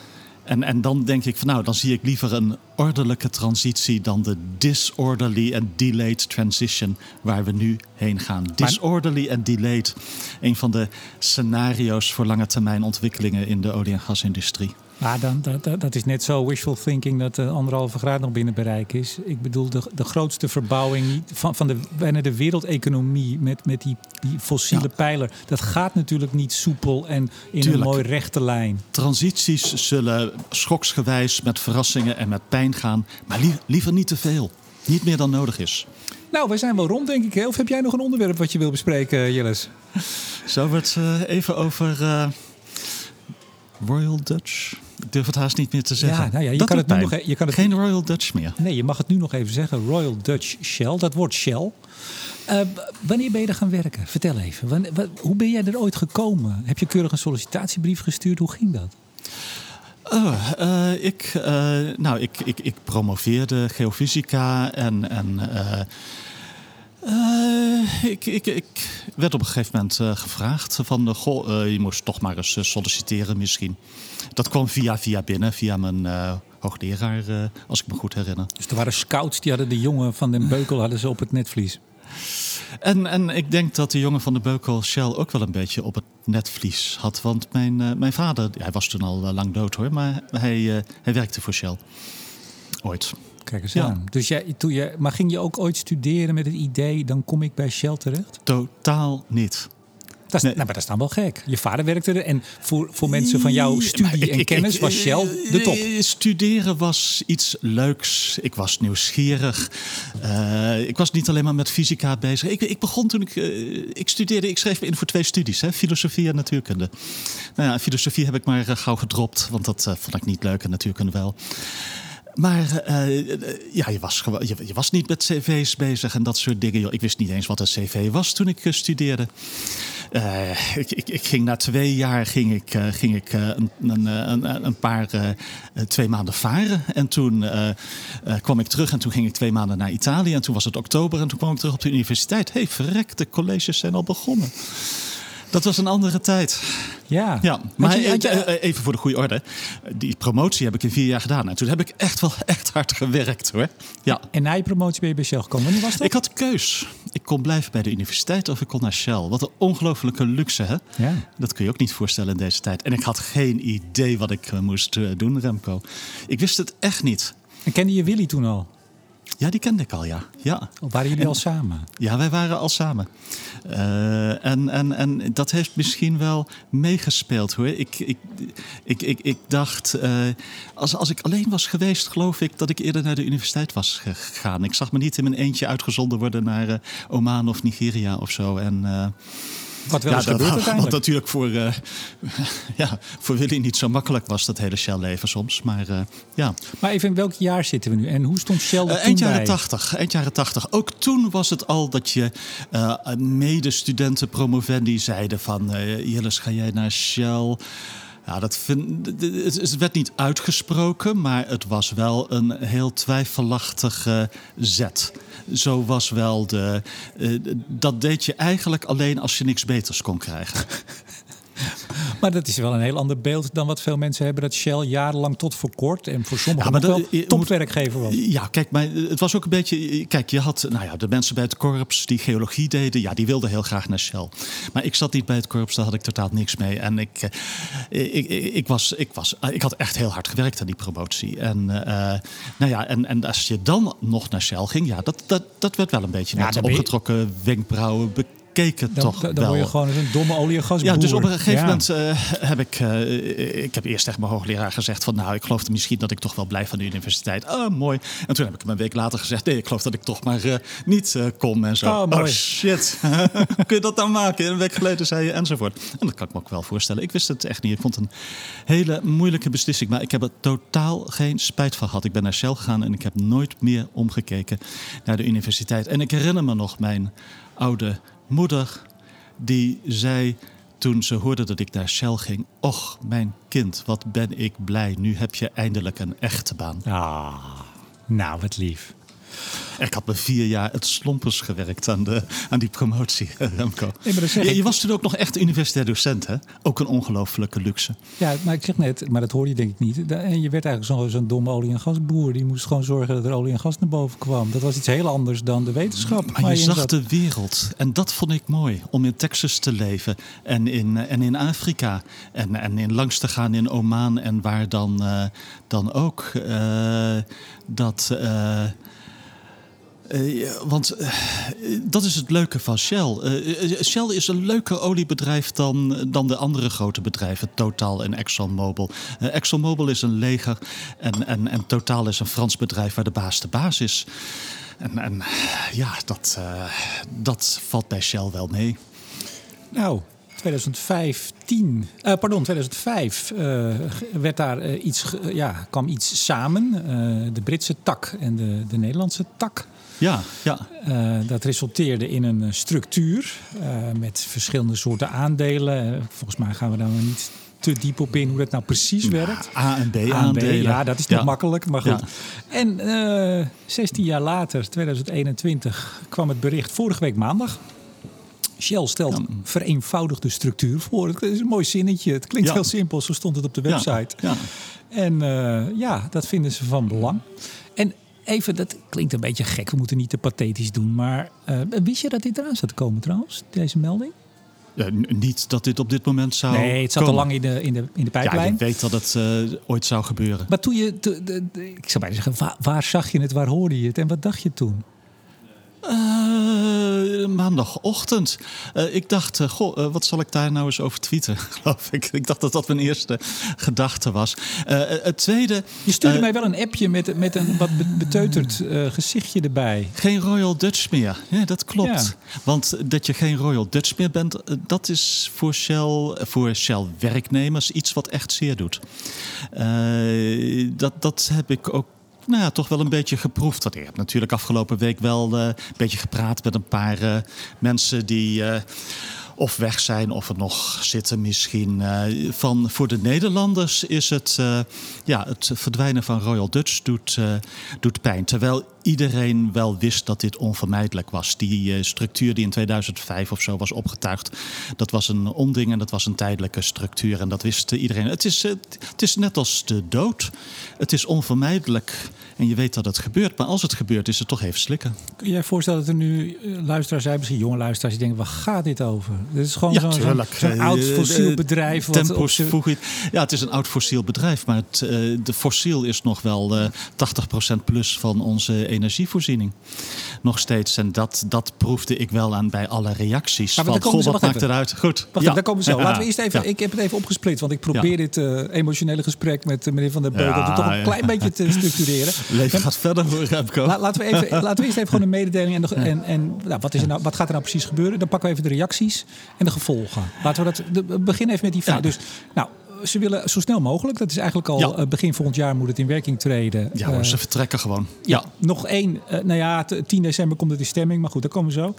En, en dan denk ik van nou, dan zie ik liever een ordelijke transitie dan de disorderly and delayed transition waar we nu heen gaan. Disorderly and delayed, een van de scenario's voor lange termijn ontwikkelingen in de olie- en gasindustrie. Maar dan, dat, dat is net zo wishful thinking dat de anderhalve graad nog binnen bereik is. Ik bedoel, de, de grootste verbouwing van, van de, bijna de wereldeconomie met, met die, die fossiele ja. pijler. Dat gaat natuurlijk niet soepel en in Tuurlijk. een mooi rechte lijn. Transities zullen schoksgewijs met verrassingen en met pijn gaan. Maar li- liever niet te veel. Niet meer dan nodig is. Nou, wij zijn wel rond, denk ik. Hè? Of heb jij nog een onderwerp wat je wil bespreken, Jilles? Zullen we het uh, even over... Uh... Royal Dutch? Ik durf het haast niet meer te zeggen. Ja, nou ja, je dat kan het nu nog, je kan het Geen Royal Dutch meer. Nee, je mag het nu nog even zeggen. Royal Dutch Shell. Dat wordt Shell. Uh, wanneer ben je er gaan werken? Vertel even. Wanneer, wat, hoe ben jij er ooit gekomen? Heb je keurig een sollicitatiebrief gestuurd? Hoe ging dat? Oh, uh, ik, uh, nou, ik, ik, ik promoveerde geofysica en... en uh, Uh, ik, ik, ik werd op een gegeven moment uh, gevraagd van... Uh, goh, uh, je moest toch maar eens uh, solliciteren misschien. Dat kwam via via binnen, via mijn uh, hoogleraar, uh, als ik me goed herinner. Dus er waren scouts, die hadden de jongen van den Beukel hadden ze op het netvlies. En, en ik denk dat de jongen van de Beukel Shell ook wel een beetje op het netvlies had. Want mijn, uh, mijn vader, hij was toen al uh, lang dood hoor... maar hij, uh, hij werkte voor Shell. Ooit. Kijk eens ja. aan. Dus jij, toen je, maar ging je ook ooit studeren met het idee... dan kom ik bij Shell terecht? Totaal niet. Dat is, nee. nou, maar dat is dan wel gek. Je vader werkte er en voor, voor mensen van jouw studie ik, en ik, kennis... ik, was Shell de top. Studeren was iets leuks. Ik was nieuwsgierig. Uh, ik was niet alleen maar met fysica bezig. Ik, ik begon toen ik... Uh, ik studeerde, ik schreef me in voor twee studies. Hè, filosofie en natuurkunde. Nou ja, filosofie heb ik maar uh, gauw gedropt. Want dat uh, vond ik niet leuk en natuurkunde wel. Maar uh, ja, je was, gewo- je, je was niet met cv's bezig en dat soort dingen. Ik wist niet eens wat een cv was toen ik uh, studeerde. Uh, ik, ik, ik ging na twee jaar ging ik, uh, ging ik uh, een, een, een, een paar uh, twee maanden varen. En toen uh, uh, kwam ik terug en toen ging ik twee maanden naar Italië. En toen was het oktober en toen kwam ik terug op de universiteit. Hé, hey, verrek, de colleges zijn al begonnen. Dat was een andere tijd. Ja. ja maar je, je, even voor de goede orde. Die promotie heb ik in vier jaar gedaan. En toen heb ik echt wel echt hard gewerkt hoor. Ja. En na je promotie ben je bij Shell gekomen. Wanneer was dat? Ik had keus. Ik kon blijven bij de universiteit of ik kon naar Shell. Wat een ongelofelijke luxe hè. Ja. Dat kun je ook niet voorstellen in deze tijd. En ik had geen idee wat ik moest doen, Remco. Ik wist het echt niet. En kende je Willy toen al? Ja, die kende ik al, ja. ja. Of waren jullie en, al samen? Ja, wij waren al samen. Uh, en, en, en dat heeft misschien wel meegespeeld, hoor. Ik, ik, ik, ik, ik dacht, uh, als, als ik alleen was geweest, geloof ik dat ik eerder naar de universiteit was gegaan. Ik zag me niet in mijn eentje uitgezonden worden naar uh, Oman of Nigeria of zo. En... Uh, Wat wel eens ja, gebeurt dat, uiteindelijk. Wat natuurlijk voor, uh, ja, voor Willy niet zo makkelijk was, dat hele Shell-leven soms. Maar, uh, ja. maar even, in welk jaar zitten we nu? En hoe stond Shell er uh, toen eind jaren bij? tachtig, eind jaren tachtig. Ook toen was het al dat je uh, medestudenten, promovendi zeiden van... Uh, Jilles, ga jij naar Shell... Ja, dat vind, het werd niet uitgesproken, maar het was wel een heel twijfelachtige zet. Zo was wel de... Uh, dat deed je eigenlijk alleen als je niks beters kon krijgen. Maar dat is wel een heel ander beeld dan wat veel mensen hebben... dat Shell jarenlang tot voor kort en voor sommigen ja, nog wel topwerkgever was. Ja, kijk, maar het was ook een beetje... Kijk, je had nou ja, de mensen bij het korps die geologie deden... ja, die wilden heel graag naar Shell. Maar ik zat niet bij het korps, daar had ik totaal niks mee. En ik, ik, ik, ik, was, ik, was, ik had echt heel hard gewerkt aan die promotie. En, uh, nou ja, en, en als je dan nog naar Shell ging... ja, dat, dat, dat werd wel een beetje ja, met opgetrokken je... wenkbrauwen bekeken. Keken dan, toch dan wel. word je gewoon een domme olie- en gasboer. Ja, dus op een gegeven ja. moment uh, heb ik... Uh, ik heb eerst tegen mijn hoogleraar gezegd van... nou, ik geloof misschien dat ik toch wel blijf aan de universiteit. Ah, mooi. En toen heb ik hem een week later gezegd... nee, ik geloof dat ik toch maar uh, niet uh, kom en zo. Oh, mooi. Oh shit. Kun je dat dan maken? Een week geleden zei je enzovoort. En dat kan ik me ook wel voorstellen. Ik wist het echt niet. Ik vond het een hele moeilijke beslissing. Maar ik heb er totaal geen spijt van gehad. Ik ben naar Shell gegaan en ik heb nooit meer omgekeken naar de universiteit. En ik herinner me nog mijn oude moeder... die zei toen ze hoorde dat ik naar Shell ging... och, mijn kind, wat ben ik blij. Nu heb je eindelijk een echte baan. Ah, nou, wat lief. Ik had me vier jaar het slompers gewerkt aan, de, aan die promotie, Remco. Nee, maar dat zeg je, ik. je was toen ook nog echt universitair docent, hè? Ook een ongelofelijke luxe. Ja, maar ik zeg net, maar dat hoor je denk ik niet. Da- En je werd eigenlijk zo'n zo'n domme olie- en gasboer. Die moest gewoon zorgen dat er olie en gas naar boven kwam. Dat was iets heel anders dan de wetenschap. Maar waar je in zag zat. de wereld. En dat vond ik mooi. Om in Texas te leven. En in, en in Afrika. En, en in langs te gaan in Oman. En waar dan, uh, dan ook uh, dat... Uh, Uh, want uh, dat is het leuke van Shell. Uh, Shell is een leuker oliebedrijf dan, dan de andere grote bedrijven. Total en ExxonMobil. Uh, ExxonMobil is een leger. En, en, en Total is een Frans bedrijf waar de baas de baas is. En, en ja, dat, uh, dat valt bij Shell wel mee. Nou, twintig vijftien, uh, pardon, tweeduizend vijf uh, werd daar uh, iets, uh, ja, kwam iets samen. Uh, de Britse tak en de, de Nederlandse tak. Ja, ja. Uh, dat resulteerde in een structuur uh, met verschillende soorten aandelen. Uh, volgens mij gaan we daar maar niet te diep op in hoe dat nou precies werkt. A en B aandelen. Ja, dat is nog ja. makkelijk, maar goed. Ja. En uh, zestien jaar later, twintig eenentwintig, kwam het bericht vorige week maandag. Shell stelt ja. vereenvoudigde structuur voor. Het is een mooi zinnetje. Het klinkt ja. heel simpel. Zo stond het op de website. Ja. Ja. En uh, ja, dat vinden ze van belang. En even, dat klinkt een beetje gek. We moeten niet te pathetisch doen. Maar uh, wist je dat dit eraan zou komen trouwens? Deze melding? Ja, niet dat dit op dit moment zou Nee, het zat komen. al lang in de, in de, in de pijplijn. Ja, je weet dat het uh, ooit zou gebeuren. Maar toen je, de, de, de, ik zou bijna zeggen, waar, waar zag je het? Waar hoorde je het? En wat dacht je toen? Uh, maandagochtend. Uh, ik dacht, uh, goh, uh, wat zal ik daar nou eens over tweeten, geloof ik. Ik dacht dat dat mijn eerste gedachte was. Uh, het tweede... Je stuurde uh, mij wel een appje met, met een wat beteuterd uh, gezichtje erbij. Geen Royal Dutch meer. Ja, dat klopt. Ja. Want dat je geen Royal Dutch meer bent, dat is voor Shell, voor Shell werknemers iets wat echt zeer doet. Uh, dat, dat heb ik ook Nou ja, toch wel een beetje geproefd. Want ik heb natuurlijk afgelopen week wel uh, een beetje gepraat met een paar uh, mensen die uh, of weg zijn of er nog zitten misschien. Uh, van, voor de Nederlanders is het, uh, ja, het verdwijnen van Royal Dutch doet, uh, doet pijn. Terwijl iedereen wel wist dat dit onvermijdelijk was. Die uh, structuur die in tweeduizend vijf of zo was opgetuigd, dat was een onding en dat was een tijdelijke structuur. En dat wist uh, iedereen. Het is, uh, het is net als de dood. Het is onvermijdelijk en je weet dat het gebeurt. Maar als het gebeurt, is het toch even slikken. Kun je je voorstellen dat er nu luisteraars zijn, misschien jonge luisteraars, die denken, waar gaat dit over? Dit is gewoon ja, zo'n, zo'n, zo'n oud fossiel bedrijf. Wat Tempos op vroeg Ja, het is een oud fossiel bedrijf. Maar het, uh, de fossiel is nog wel uh, tachtig procent plus van onze energievoorziening. Nog steeds. En dat, dat proefde ik wel aan bij alle reacties. Maar van, goh, wat ze, maakt even. eruit? Goed. Wacht ja. even, daar komen we zo. Ja. Laten we eerst even, ja. Ik heb het even opgesplit, want ik probeer ja. dit uh, emotionele gesprek met uh, meneer Van der Beuk ja, toch een ja. klein beetje te structureren. Leven gaat verder hoor, Remco. La, laten, we even, laten we eerst even gewoon een mededeling en, de, en, en nou, wat, is er nou, wat gaat er nou precies gebeuren? Dan pakken we even de reacties en de gevolgen. Laten we dat. De, begin even met die vraag. Ja. Dus, nou, ze willen zo snel mogelijk. Dat is eigenlijk al ja. uh, begin volgend jaar moet het in werking treden. Ja, hoor, uh, ze vertrekken gewoon. Ja, ja. Nog één. Uh, nou ja, tien december komt het in stemming. Maar goed, daar komen we zo.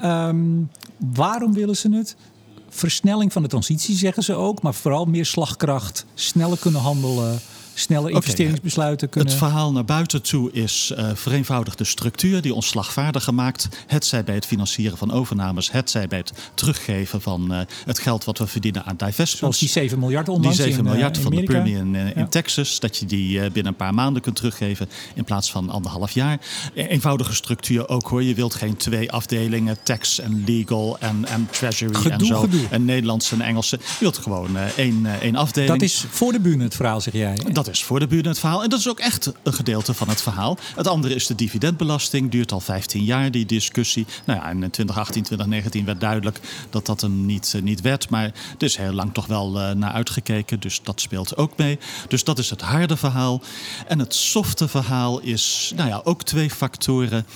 Um, waarom willen ze het? Versnelling van de transitie zeggen ze ook. Maar vooral meer slagkracht. Sneller kunnen handelen. Snelle investeringsbesluiten kunnen... Het verhaal naar buiten toe is uh, vereenvoudigde structuur die ons slagvaardiger maakt. Hetzij bij het financieren van overnames, hetzij bij het teruggeven van uh, het geld wat we verdienen aan divestments. Zoals die zeven miljard onlangs Die zeven in, miljard uh, van Amerika. de Permian in, in ja. Texas. Dat je die uh, binnen een paar maanden kunt teruggeven in plaats van anderhalf jaar. Eenvoudige structuur ook hoor. Je wilt geen twee afdelingen, tax en legal en, en treasury gedoe, en zo. Gedoe. En Nederlandse en Engelse. Je wilt gewoon uh, één, uh, één afdeling. Dat is voor de bühne het verhaal, zeg jij. Hè? Dat is voor de buurt het verhaal. En dat is ook echt een gedeelte van het verhaal. Het andere is de dividendbelasting. Duurt al vijftien jaar, die discussie. Nou ja, in twintig achttien, twintig negentien werd duidelijk dat dat hem niet, uh, niet werd. Maar er is heel lang toch wel uh, naar uitgekeken. Dus dat speelt ook mee. Dus dat is het harde verhaal. En het softe verhaal is, nou ja, ook twee factoren.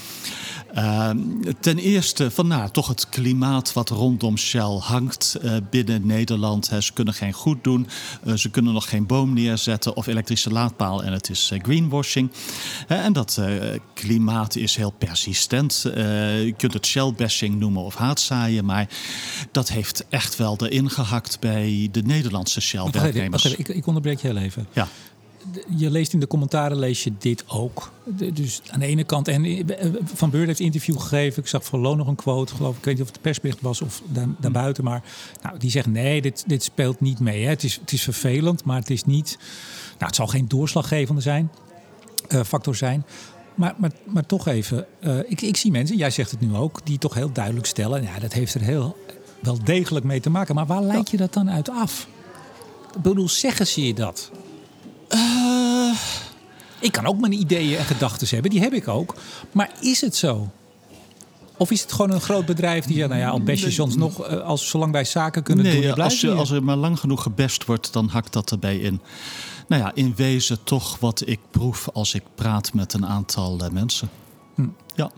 Uh, ten eerste van nou, toch het klimaat wat rondom Shell hangt uh, binnen Nederland. He, ze kunnen geen goed doen. Uh, ze kunnen nog geen boom neerzetten of elektrische laadpaal. En het is uh, greenwashing. Uh, en dat uh, klimaat is heel persistent. Uh, je kunt het Shell-bashing noemen of haatzaaien. Maar dat heeft echt wel erin gehakt bij de Nederlandse Shell-werknemers. Ik, ik onderbreek je heel even. Ja. je leest in de commentaren lees je dit ook. De, dus aan de ene kant... En Van Beurden heeft interview gegeven. Ik zag van Loon nog een quote, geloof ik. Ik weet niet of het een persbericht was of daar, daarbuiten. Maar nou, die zegt nee, dit, dit speelt niet mee. Hè. Het, is, het is vervelend, maar het is niet... Nou, het zal geen doorslaggevende zijn, uh, factor zijn. Maar, maar, maar toch even, uh, ik, ik zie mensen, jij zegt het nu ook... die toch heel duidelijk stellen... ja, dat heeft er heel wel degelijk mee te maken. Maar waar leid je dat dan uit af? Ik bedoel, zeggen ze je dat? Uh... Ik kan ook mijn ideeën en gedachten hebben, die heb ik ook. Maar is het zo? Of is het gewoon een groot bedrijf die zegt... nou ja, al best je soms nog, als, zolang wij zaken kunnen nee, doen... je als, je, als er maar lang genoeg gebest wordt, dan hakt dat erbij in. Nou ja, in wezen toch wat ik proef als ik praat met een aantal uh, mensen. Hm. Ja,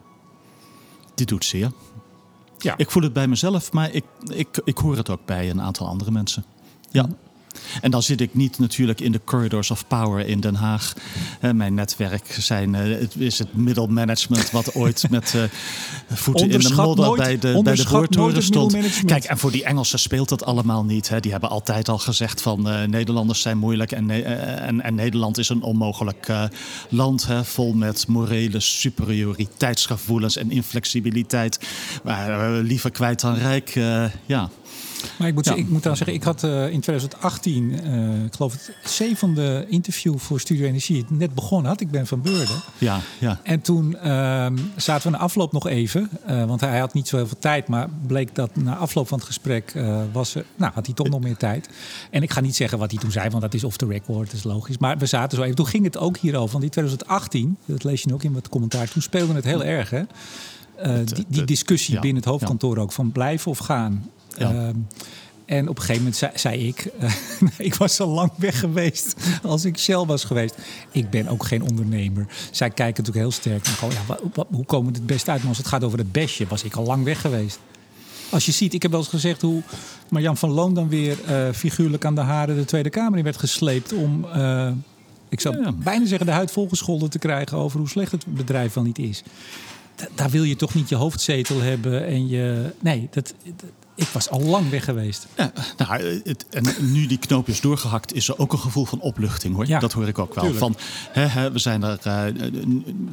die doet zeer. Ja. Ik voel het bij mezelf, maar ik, ik, ik hoor het ook bij een aantal andere mensen. Ja. Hm. En dan zit ik niet natuurlijk in de corridors of power in Den Haag. Uh, mijn netwerk zijn, uh, het is het middelmanagement wat ooit met uh, voeten in de modder nooit, bij de, bij de boortoren stond. Kijk, en voor die Engelsen speelt dat allemaal niet. Hè. Die hebben altijd al gezegd van uh, Nederlanders zijn moeilijk en, uh, en, en Nederland is een onmogelijk uh, land. Hè, vol met morele superioriteitsgevoelens en inflexibiliteit. Maar uh, liever kwijt dan rijk, uh, ja... Maar ik moet, ja. ik moet dan zeggen, ik had uh, in twintig achttien, uh, ik geloof het zevende interview voor Studio Energie net begonnen had. Ik ben Van Beurden. Ja, ja. En toen uh, zaten we na afloop nog even, uh, want hij had niet zo heel veel tijd, maar bleek dat na afloop van het gesprek uh, was er, nou, had hij toch nog meer tijd. En ik ga niet zeggen wat hij toen zei, want dat is off the record, dat is logisch. Maar we zaten zo even, toen ging het ook hierover, want in twintig achttien, dat lees je nu ook in wat commentaar, toen speelde het heel erg, hè? Uh, die, die discussie ja, binnen het hoofdkantoor ja. ook, van blijven of gaan. Ja. Uh, en op een gegeven moment zei, zei ik... Uh, ik was al lang weg geweest als ik Shell was geweest. Ik ben ook geen ondernemer. Zij kijken natuurlijk heel sterk. En gewoon, ja, wat, wat, hoe komen we het best uit? Maar als het gaat over het bestje, was ik al lang weg geweest. Als je ziet, ik heb wel eens gezegd hoe Marjan van Loon dan weer uh, figuurlijk aan de haren de Tweede Kamer in werd gesleept om... Uh, ik zou ja. bijna zeggen de huid volgescholden te krijgen over hoe slecht het bedrijf wel niet is. Da- daar wil je toch niet je hoofdzetel hebben en je... Nee, dat... dat ik was al lang weg geweest. Ja, nou, het, en nu die knoop is doorgehakt, is er ook een gevoel van opluchting, hoor. Ja, dat hoor ik ook wel. Van, hè, hè, we zijn er... Uh,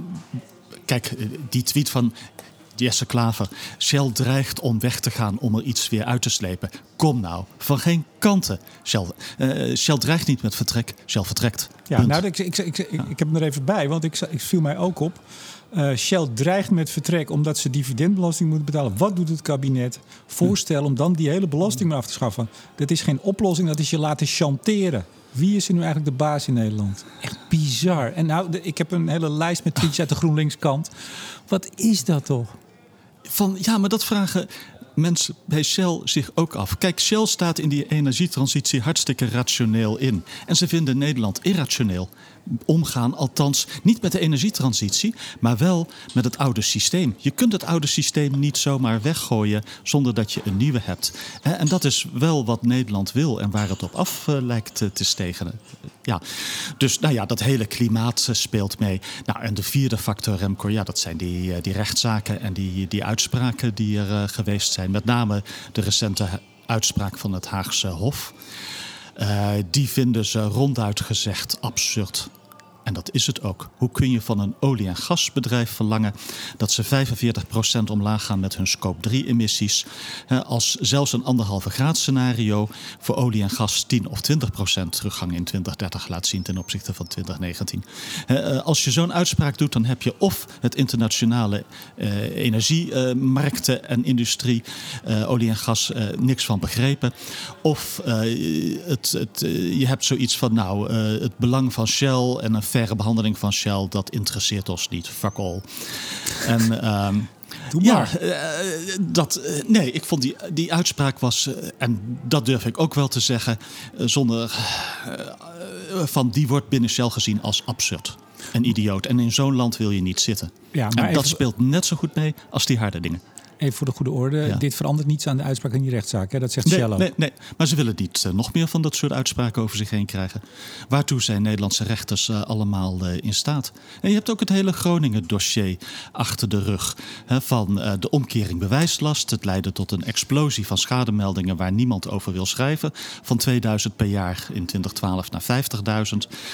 kijk, die tweet van Jesse Klaver. Shell dreigt om weg te gaan om er iets weer uit te slepen. Kom nou, van geen kanten. Shell, uh, Shell dreigt niet met vertrek, Shell vertrekt. Ja, Punt. nou, ik, ik, ik, ik, ik heb hem er even bij, want ik, ik viel mij ook op. Uh, Shell dreigt met vertrek omdat ze dividendbelasting moeten betalen. Wat doet het kabinet? Voorstel om dan die hele belasting maar af te schaffen. Dat is geen oplossing, dat is je laten chanteren. Wie is er nu eigenlijk de baas in Nederland? Echt bizar. En nou, de, ik heb een hele lijst met tweets uit de GroenLinks-kant. Wat is dat toch? Van, ja, maar dat vragen mensen bij Shell zich ook af. Kijk, Shell staat in die energietransitie hartstikke rationeel in. En ze vinden Nederland irrationeel omgaan. Althans, niet met de energietransitie, maar wel met het oude systeem. Je kunt het oude systeem niet zomaar weggooien zonder dat je een nieuwe hebt. En dat is wel wat Nederland wil en waar het op af lijkt te stegen. Ja. Dus nou ja, dat hele klimaat speelt mee. Nou, en de vierde factor, Remco, ja, dat zijn die, die rechtszaken en die, die uitspraken die er uh, geweest zijn. Met name de recente uitspraak van het Haagse Hof. Uh, die vinden ze ronduit gezegd absurd. En dat is het ook. Hoe kun je van een olie- en gasbedrijf verlangen dat ze vijfenveertig procent omlaag gaan met hun scope drie emissies... als zelfs een anderhalve graad scenario voor olie en gas tien of twintig procent teruggang in twintig dertig laat zien ten opzichte van twintig negentien. Als je zo'n uitspraak doet, dan heb je of het internationale uh, energiemarkten uh, en industrie, uh, olie en gas, uh, niks van begrepen. Of uh, het, het, uh, je hebt zoiets van, nou, uh, het belang van Shell en een faire behandeling van Shell, dat interesseert ons niet. Fuck all. En um, Doe maar. Ja, uh, dat, uh, nee, ik vond die, die uitspraak was, uh, en dat durf ik ook wel te zeggen, uh, zonder uh, van die wordt binnen Shell gezien als absurd en idioot. En in zo'n land wil je niet zitten. Ja, maar en even... dat speelt net zo goed mee als die harde dingen. Even voor de goede orde, ja. Dit verandert niets aan de uitspraak in die rechtszaak. Hè? Dat zegt nee, Shell ook. Nee, nee, maar ze willen niet uh, nog meer van dat soort uitspraken over zich heen krijgen. Waartoe zijn Nederlandse rechters uh, allemaal uh, in staat? En je hebt ook het hele Groningen-dossier achter de rug. Hè, van uh, de omkering bewijslast. Het leidde tot een explosie van schademeldingen waar niemand over wil schrijven. Van tweeduizend per jaar in twintig twaalf naar vijftigduizend.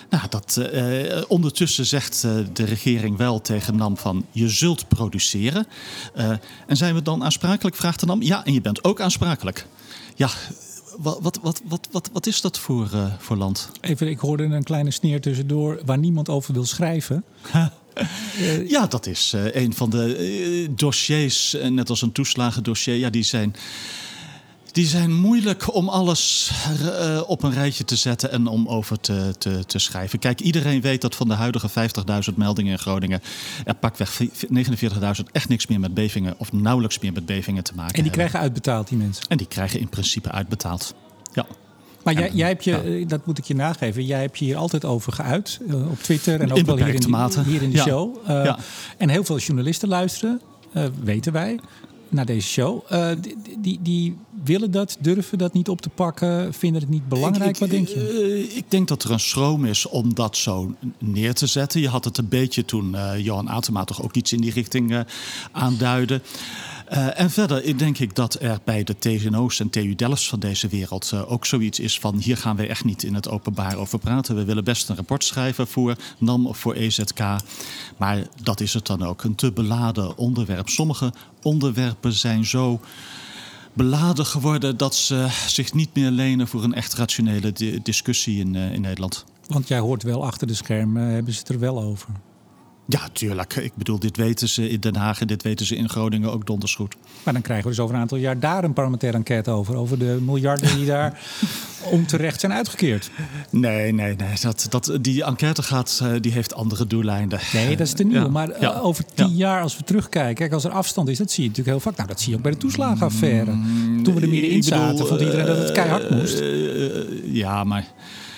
Nou, dat, uh, ondertussen zegt uh, de regering wel tegen NAM van je zult produceren. Uh, en zijn we dan aansprakelijk, vraagt de NAM. Ja, en je bent ook aansprakelijk. Ja, wat, wat, wat, wat, wat, wat is dat voor, uh, voor land? Even, ik hoorde een kleine sneer tussendoor waar niemand over wil schrijven. Uh, ja, dat is uh, een van de uh, dossiers, uh, net als een toeslagendossier. Ja, die zijn... Die zijn moeilijk om alles uh, op een rijtje te zetten en om over te, te, te schrijven. Kijk, iedereen weet dat van de huidige vijftigduizend meldingen in Groningen er pakweg negenenveertigduizend echt niks meer met bevingen of nauwelijks meer met bevingen te maken En die hebben. krijgen uitbetaald, die mensen? En die krijgen in principe uitbetaald, ja. Maar jij, jij hebt je, ja. dat moet ik je nageven, jij hebt je hier altijd over geuit. Uh, op Twitter en ook in wel hier in, mate. hier in de ja. show. Uh, ja. En heel veel journalisten luisteren, uh, weten wij, naar deze show. Uh, die, die, die willen dat, durven dat niet op te pakken, vinden het niet belangrijk. Ik, Wat denk je? Uh, ik denk dat er een schroom is om dat zo neer te zetten. Je had het een beetje toen uh, Johan Atema toch ook iets in die richting uh, aanduidde. Uh, en verder denk ik dat er bij de T V O's en T U Delfts van deze wereld uh, ook zoiets is van hier gaan we echt niet in het openbaar over praten. We willen best een rapport schrijven voor NAM of voor E Z K. Maar dat is het dan ook. Een te beladen onderwerp. Sommige onderwerpen zijn zo beladen geworden dat ze zich niet meer lenen voor een echt rationele di- discussie in, uh, in Nederland. Want jij hoort wel achter de schermen, hebben ze het er wel over? Ja, tuurlijk. Ik bedoel, dit weten ze in Den Haag en dit weten ze in Groningen ook donders goed. Maar dan krijgen we dus over een aantal jaar daar een parlementaire enquête over. Over de miljarden die daar onterecht zijn uitgekeerd. Nee, nee, nee. Dat, dat, die enquête gaat, die heeft andere doeleinden. Nee, dat is de nieuwe. Ja. Maar ja. over tien ja. jaar als we terugkijken. Kijk, als er afstand is, dat zie je natuurlijk heel vaak. Nou, dat zie je ook bij de toeslagenaffaire. Mm, Toen we er middenin zaten, vond iedereen dat het keihard moest. Uh, uh, ja, maar...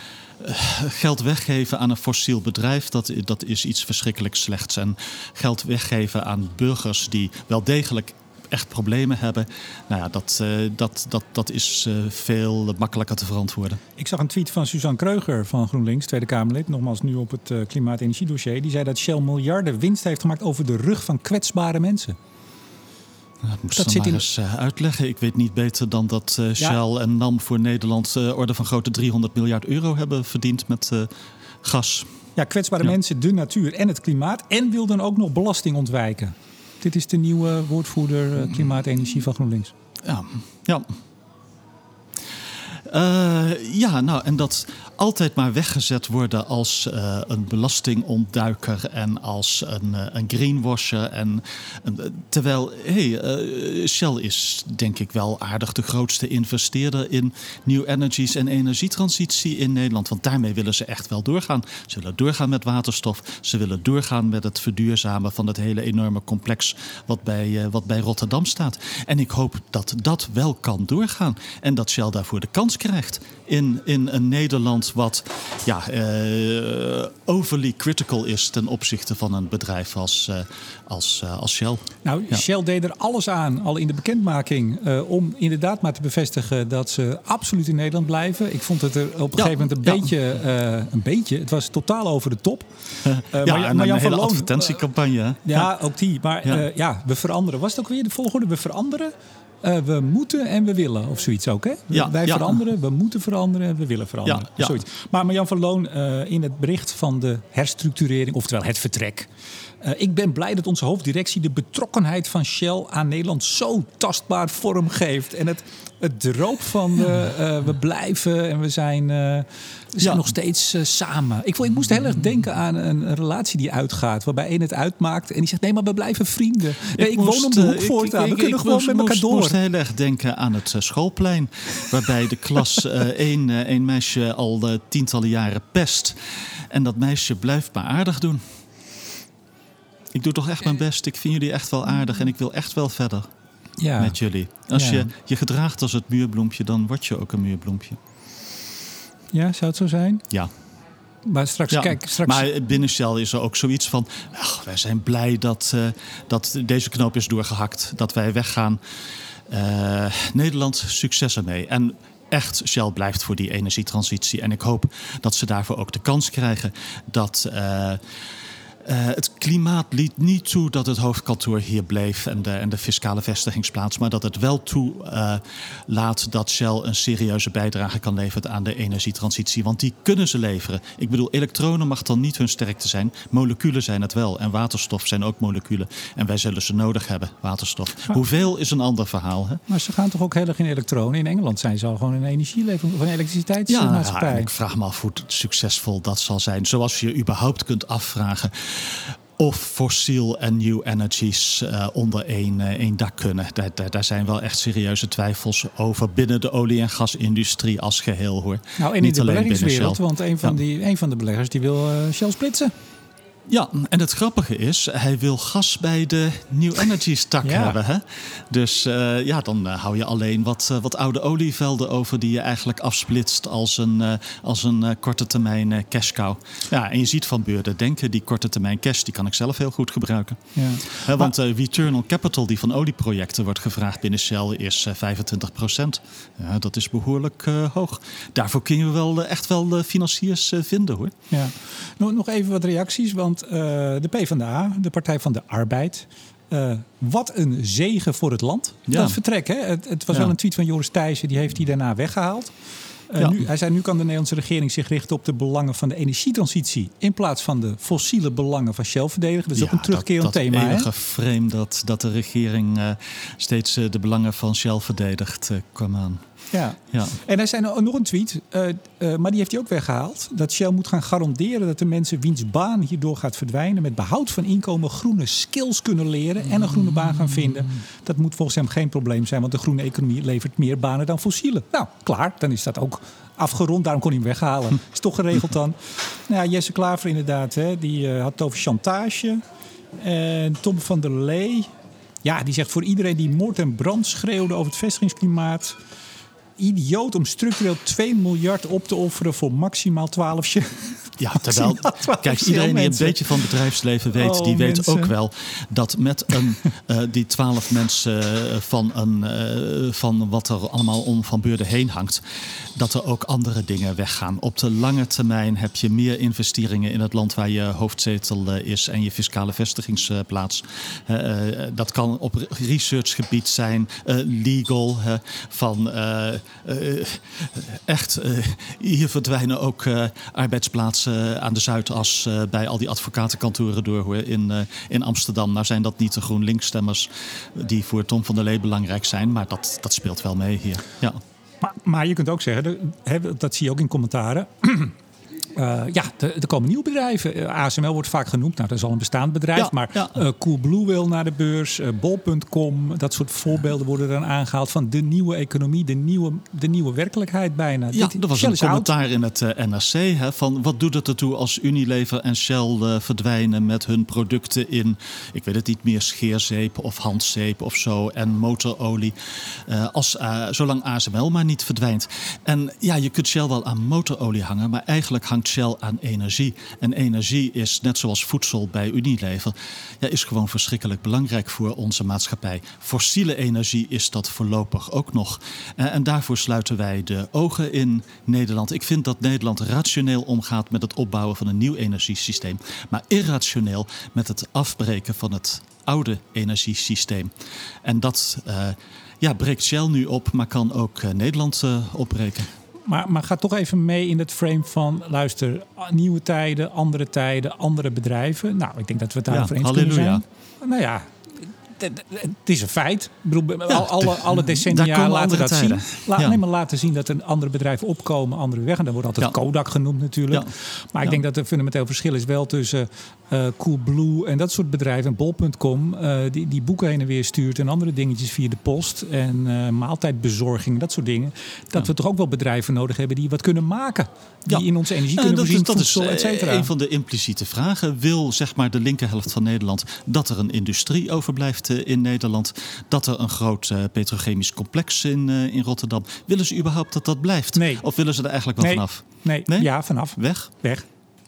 Geld weggeven aan een fossiel bedrijf, dat, dat is iets verschrikkelijk slechts. En geld weggeven aan burgers die wel degelijk echt problemen hebben, nou ja, dat, uh, dat, dat, dat is uh, veel makkelijker te verantwoorden. Ik zag een tweet van Suzanne Kreuger van GroenLinks, Tweede Kamerlid, nogmaals nu op het uh, klimaat-energiedossier. Die zei dat Shell miljarden winst heeft gemaakt over de rug van kwetsbare mensen. Dat moest dat zit maar in... eens uh, uitleggen. Ik weet niet beter dan dat uh, Shell ja. en NAM voor Nederland uh, orde van grootte driehonderd miljard euro hebben verdiend met uh, gas. Ja, kwetsbare ja. mensen, de natuur en het klimaat. En wil dan ook nog belasting ontwijken. Dit is de nieuwe woordvoerder uh, klimaat-energie van GroenLinks. Ja, ja. Uh, ja, nou, en dat altijd maar weggezet worden als uh, een belastingontduiker en als een, uh, een greenwasher. En, uh, terwijl, hey, uh, Shell is denk ik wel aardig de grootste investeerder in new energies en energietransitie in Nederland. Want daarmee willen ze echt wel doorgaan. Ze willen doorgaan met waterstof. Ze willen doorgaan met het verduurzamen van het hele enorme complex wat bij, uh, wat bij Rotterdam staat. En ik hoop dat dat wel kan doorgaan. En dat Shell daarvoor de kans krijgt in, in een Nederland wat ja, uh, overly critical is ten opzichte van een bedrijf als, uh, als, uh, als Shell. Nou, ja. Shell deed er alles aan, al in de bekendmaking, uh, om inderdaad maar te bevestigen dat ze absoluut in Nederland blijven. Ik vond het er op een ja, gegeven moment een, ja. beetje, uh, een beetje, het was totaal over de top. Uh, uh, ja, maar, en een hele Loon, advertentiecampagne. Uh, ja, ja, ook die. Maar ja. Uh, ja, we veranderen. Was het ook weer de volgorde? We veranderen. Uh, we moeten en we willen, of zoiets ook, hè? Ja, Wij ja. veranderen, we moeten veranderen en we willen veranderen. Ja, ja. Zoiets. Maar Marjan van Loon, uh, in het bericht van de herstructurering, oftewel het vertrek. Uh, ik ben blij dat onze hoofddirectie de betrokkenheid van Shell aan Nederland zo tastbaar vorm geeft. En het, het droop van de, uh, we blijven en we zijn, uh, we zijn ja. nog steeds uh, samen. Ik, ik moest heel erg denken aan een, een relatie die uitgaat, waarbij een het uitmaakt en die zegt nee, maar we blijven vrienden. Nee, ik, ik moest, woon om de hoek voortaan. We kunnen ik gewoon moest, met elkaar door. Ik moest heel erg denken aan het uh, schoolplein, waarbij de klas uh, één, uh, één meisje al uh, tientallen jaren pest. En dat meisje blijft maar aardig doen. Ik doe toch echt mijn best. Ik vind jullie echt wel aardig en ik wil echt wel verder ja. met jullie. Als ja. je je gedraagt als het muurbloempje, dan word je ook een muurbloempje. Ja, zou het zo zijn? Ja. Maar straks, ja, kijk, straks... Maar binnen Shell is er ook zoiets van... Ach, wij zijn blij dat, uh, dat deze knoop is doorgehakt. Dat wij weggaan. Uh, Nederland, succes ermee. En echt, Shell blijft voor die energietransitie. En ik hoop dat ze daarvoor ook de kans krijgen dat... Uh, het klimaat liet niet toe dat het hoofdkantoor hier bleef en de, en de fiscale vestigingsplaats, maar dat het wel toe uh, laat dat Shell een serieuze bijdrage kan leveren aan de energietransitie. Want die kunnen ze leveren. Ik bedoel, elektronen mag dan niet hun sterkte zijn. Moleculen zijn het wel. En waterstof zijn ook moleculen. En wij zullen ze nodig hebben, waterstof. Maar, hoeveel is een ander verhaal. Hè? Maar ze gaan toch ook heel erg in elektronen? In Engeland zijn ze al gewoon een energielevering of een elektriciteitsmaatschappij. Ja, ik vraag me af hoe succesvol dat zal zijn. Zoals je überhaupt kunt afvragen of fossiel en new energies uh, onder één, uh, één dak kunnen. Daar, daar, daar zijn wel echt serieuze twijfels over binnen de olie- en gasindustrie als geheel, hoor. Nou, en niet in de alleen beleggingswereld, want een van, ja. die, een van de beleggers die wil uh, Shell splitsen. Ja, en het grappige is, hij wil gas bij de New Energies tak ja. hebben. Hè? Dus uh, ja, dan uh, hou je alleen wat, uh, wat oude olievelden over die je eigenlijk afsplitst als een, uh, als een uh, korte termijn uh, cash cow. Ja, en je ziet Van Beurden denken, die korte termijn cash, die kan ik zelf heel goed gebruiken. Ja. He, want uh, return on capital die van olieprojecten wordt gevraagd binnen Shell is uh, vijfentwintig procent. Ja, dat is behoorlijk uh, hoog. Daarvoor kun je wel uh, echt wel uh, financiers uh, vinden, hoor. Ja. Nog, nog even wat reacties, want Uh, de PvdA, de Partij van de Arbeid. Uh, wat een zegen voor het land. Ja. Dat vertrek, hè? Het, het was ja. wel een tweet van Joris Thijssen, die heeft hij daarna weggehaald. Uh, ja. nu, hij zei, nu kan de Nederlandse regering zich richten op de belangen van de energietransitie in plaats van de fossiele belangen van Shell verdedigen. Dat is ja, ook een terugkerend dat, thema. Dat enige hè? frame dat, dat de regering uh, steeds uh, de belangen van Shell verdedigt, uh, kwam aan. Ja. ja, en er zijn nog een tweet, uh, uh, maar die heeft hij ook weggehaald. Dat Shell moet gaan garanderen dat de mensen wiens baan hierdoor gaat verdwijnen met behoud van inkomen groene skills kunnen leren en een groene baan gaan vinden. Dat moet volgens hem geen probleem zijn, want de groene economie levert meer banen dan fossiele. Nou, klaar, dan is dat ook afgerond. Daarom kon hij hem weghalen. Is toch geregeld dan. Nou ja, Jesse Klaver inderdaad, hè, die uh, had het over chantage. En Tom van der Lee, ja, die zegt voor iedereen die moord en brand schreeuwde over het vestigingsklimaat, idioot om structureel twee miljard op te offeren voor maximaal twaalf share. Ja, terwijl, kijk, iedereen die een beetje van het bedrijfsleven weet, oh, die weet mensen. ook wel dat met een, uh, die twaalf mensen van, een, uh, van wat er allemaal om Van Beurden heen hangt, dat er ook andere dingen weggaan. Op de lange termijn heb je meer investeringen in het land waar je hoofdzetel uh, is en je fiscale vestigingsplaats. Uh, uh, dat kan op researchgebied zijn, uh, legal, uh, van uh, uh, echt, uh, hier verdwijnen ook uh, arbeidsplaatsen Uh, aan de Zuidas uh, bij al die advocatenkantoren door, hoor, in, uh, in Amsterdam. Nou zijn dat niet de GroenLinks-stemmers die voor Tom van der Lee belangrijk zijn, maar dat, dat speelt wel mee hier. Ja. Maar, maar je kunt ook zeggen, dat zie je ook in commentaren. Uh, ja, er, er komen nieuwe bedrijven. Uh, A S M L wordt vaak genoemd. Nou, dat is al een bestaand bedrijf. Ja, maar ja. uh, Coolblue wil naar de beurs. Uh, Bol punt com. Dat soort voorbeelden worden dan aangehaald van de nieuwe economie. De nieuwe, de nieuwe werkelijkheid bijna. Ja, Dit, er was Shell een commentaar oud. in het uh, N R C. Hè, van wat doet het ertoe als Unilever en Shell uh, verdwijnen met hun producten in, ik weet het niet meer, scheerzeep of handzeep of zo. En motorolie. Uh, als, uh, zolang A S M L maar niet verdwijnt. En ja, je kunt Shell wel aan motorolie hangen. Maar eigenlijk hangt Shell aan energie. En energie is, net zoals voedsel bij Unilever, ja, is gewoon verschrikkelijk belangrijk voor onze maatschappij. Fossiele energie is dat voorlopig ook nog. Uh, en daarvoor sluiten wij de ogen in Nederland. Ik vind dat Nederland rationeel omgaat met het opbouwen van een nieuw energiesysteem. Maar irrationeel met het afbreken van het oude energiesysteem. En dat uh, ja, breekt Shell nu op, maar kan ook uh, Nederland uh, opbreken. Maar, maar ga toch even mee in het frame van, luister, nieuwe tijden, andere tijden, andere bedrijven. Nou, ik denk dat we het daarover ja, eens halleluja. kunnen zijn. Nou ja, het, het is een feit. Ik bedoel, ja, alle, alle decennia laten dat tijden. zien. La, ja. Nee, maar laten zien dat er andere bedrijven opkomen, andere weg. En dan wordt altijd ja. Kodak genoemd natuurlijk. Ja. Maar ik ja. denk dat er fundamenteel verschil is wel tussen uh, Coolblue en dat soort bedrijven. En Bol punt com, uh, die, die boeken heen en weer stuurt en andere dingetjes via de post. En uh, maaltijdbezorging, dat soort dingen. Dat ja. we toch ook wel bedrijven nodig hebben die wat kunnen maken. Die ja. in onze energie kunnen uh, dat voorzien, is, voedsel, et cetera. Een van de impliciete vragen. Wil zeg maar de linkerhelft van Nederland dat er een industrie overblijft in Nederland, dat er een groot uh, petrochemisch complex in, uh, in Rotterdam. Willen ze überhaupt dat dat blijft? Nee. Of willen ze er eigenlijk wel nee. vanaf? Nee. nee, ja, vanaf. Weg? Weg.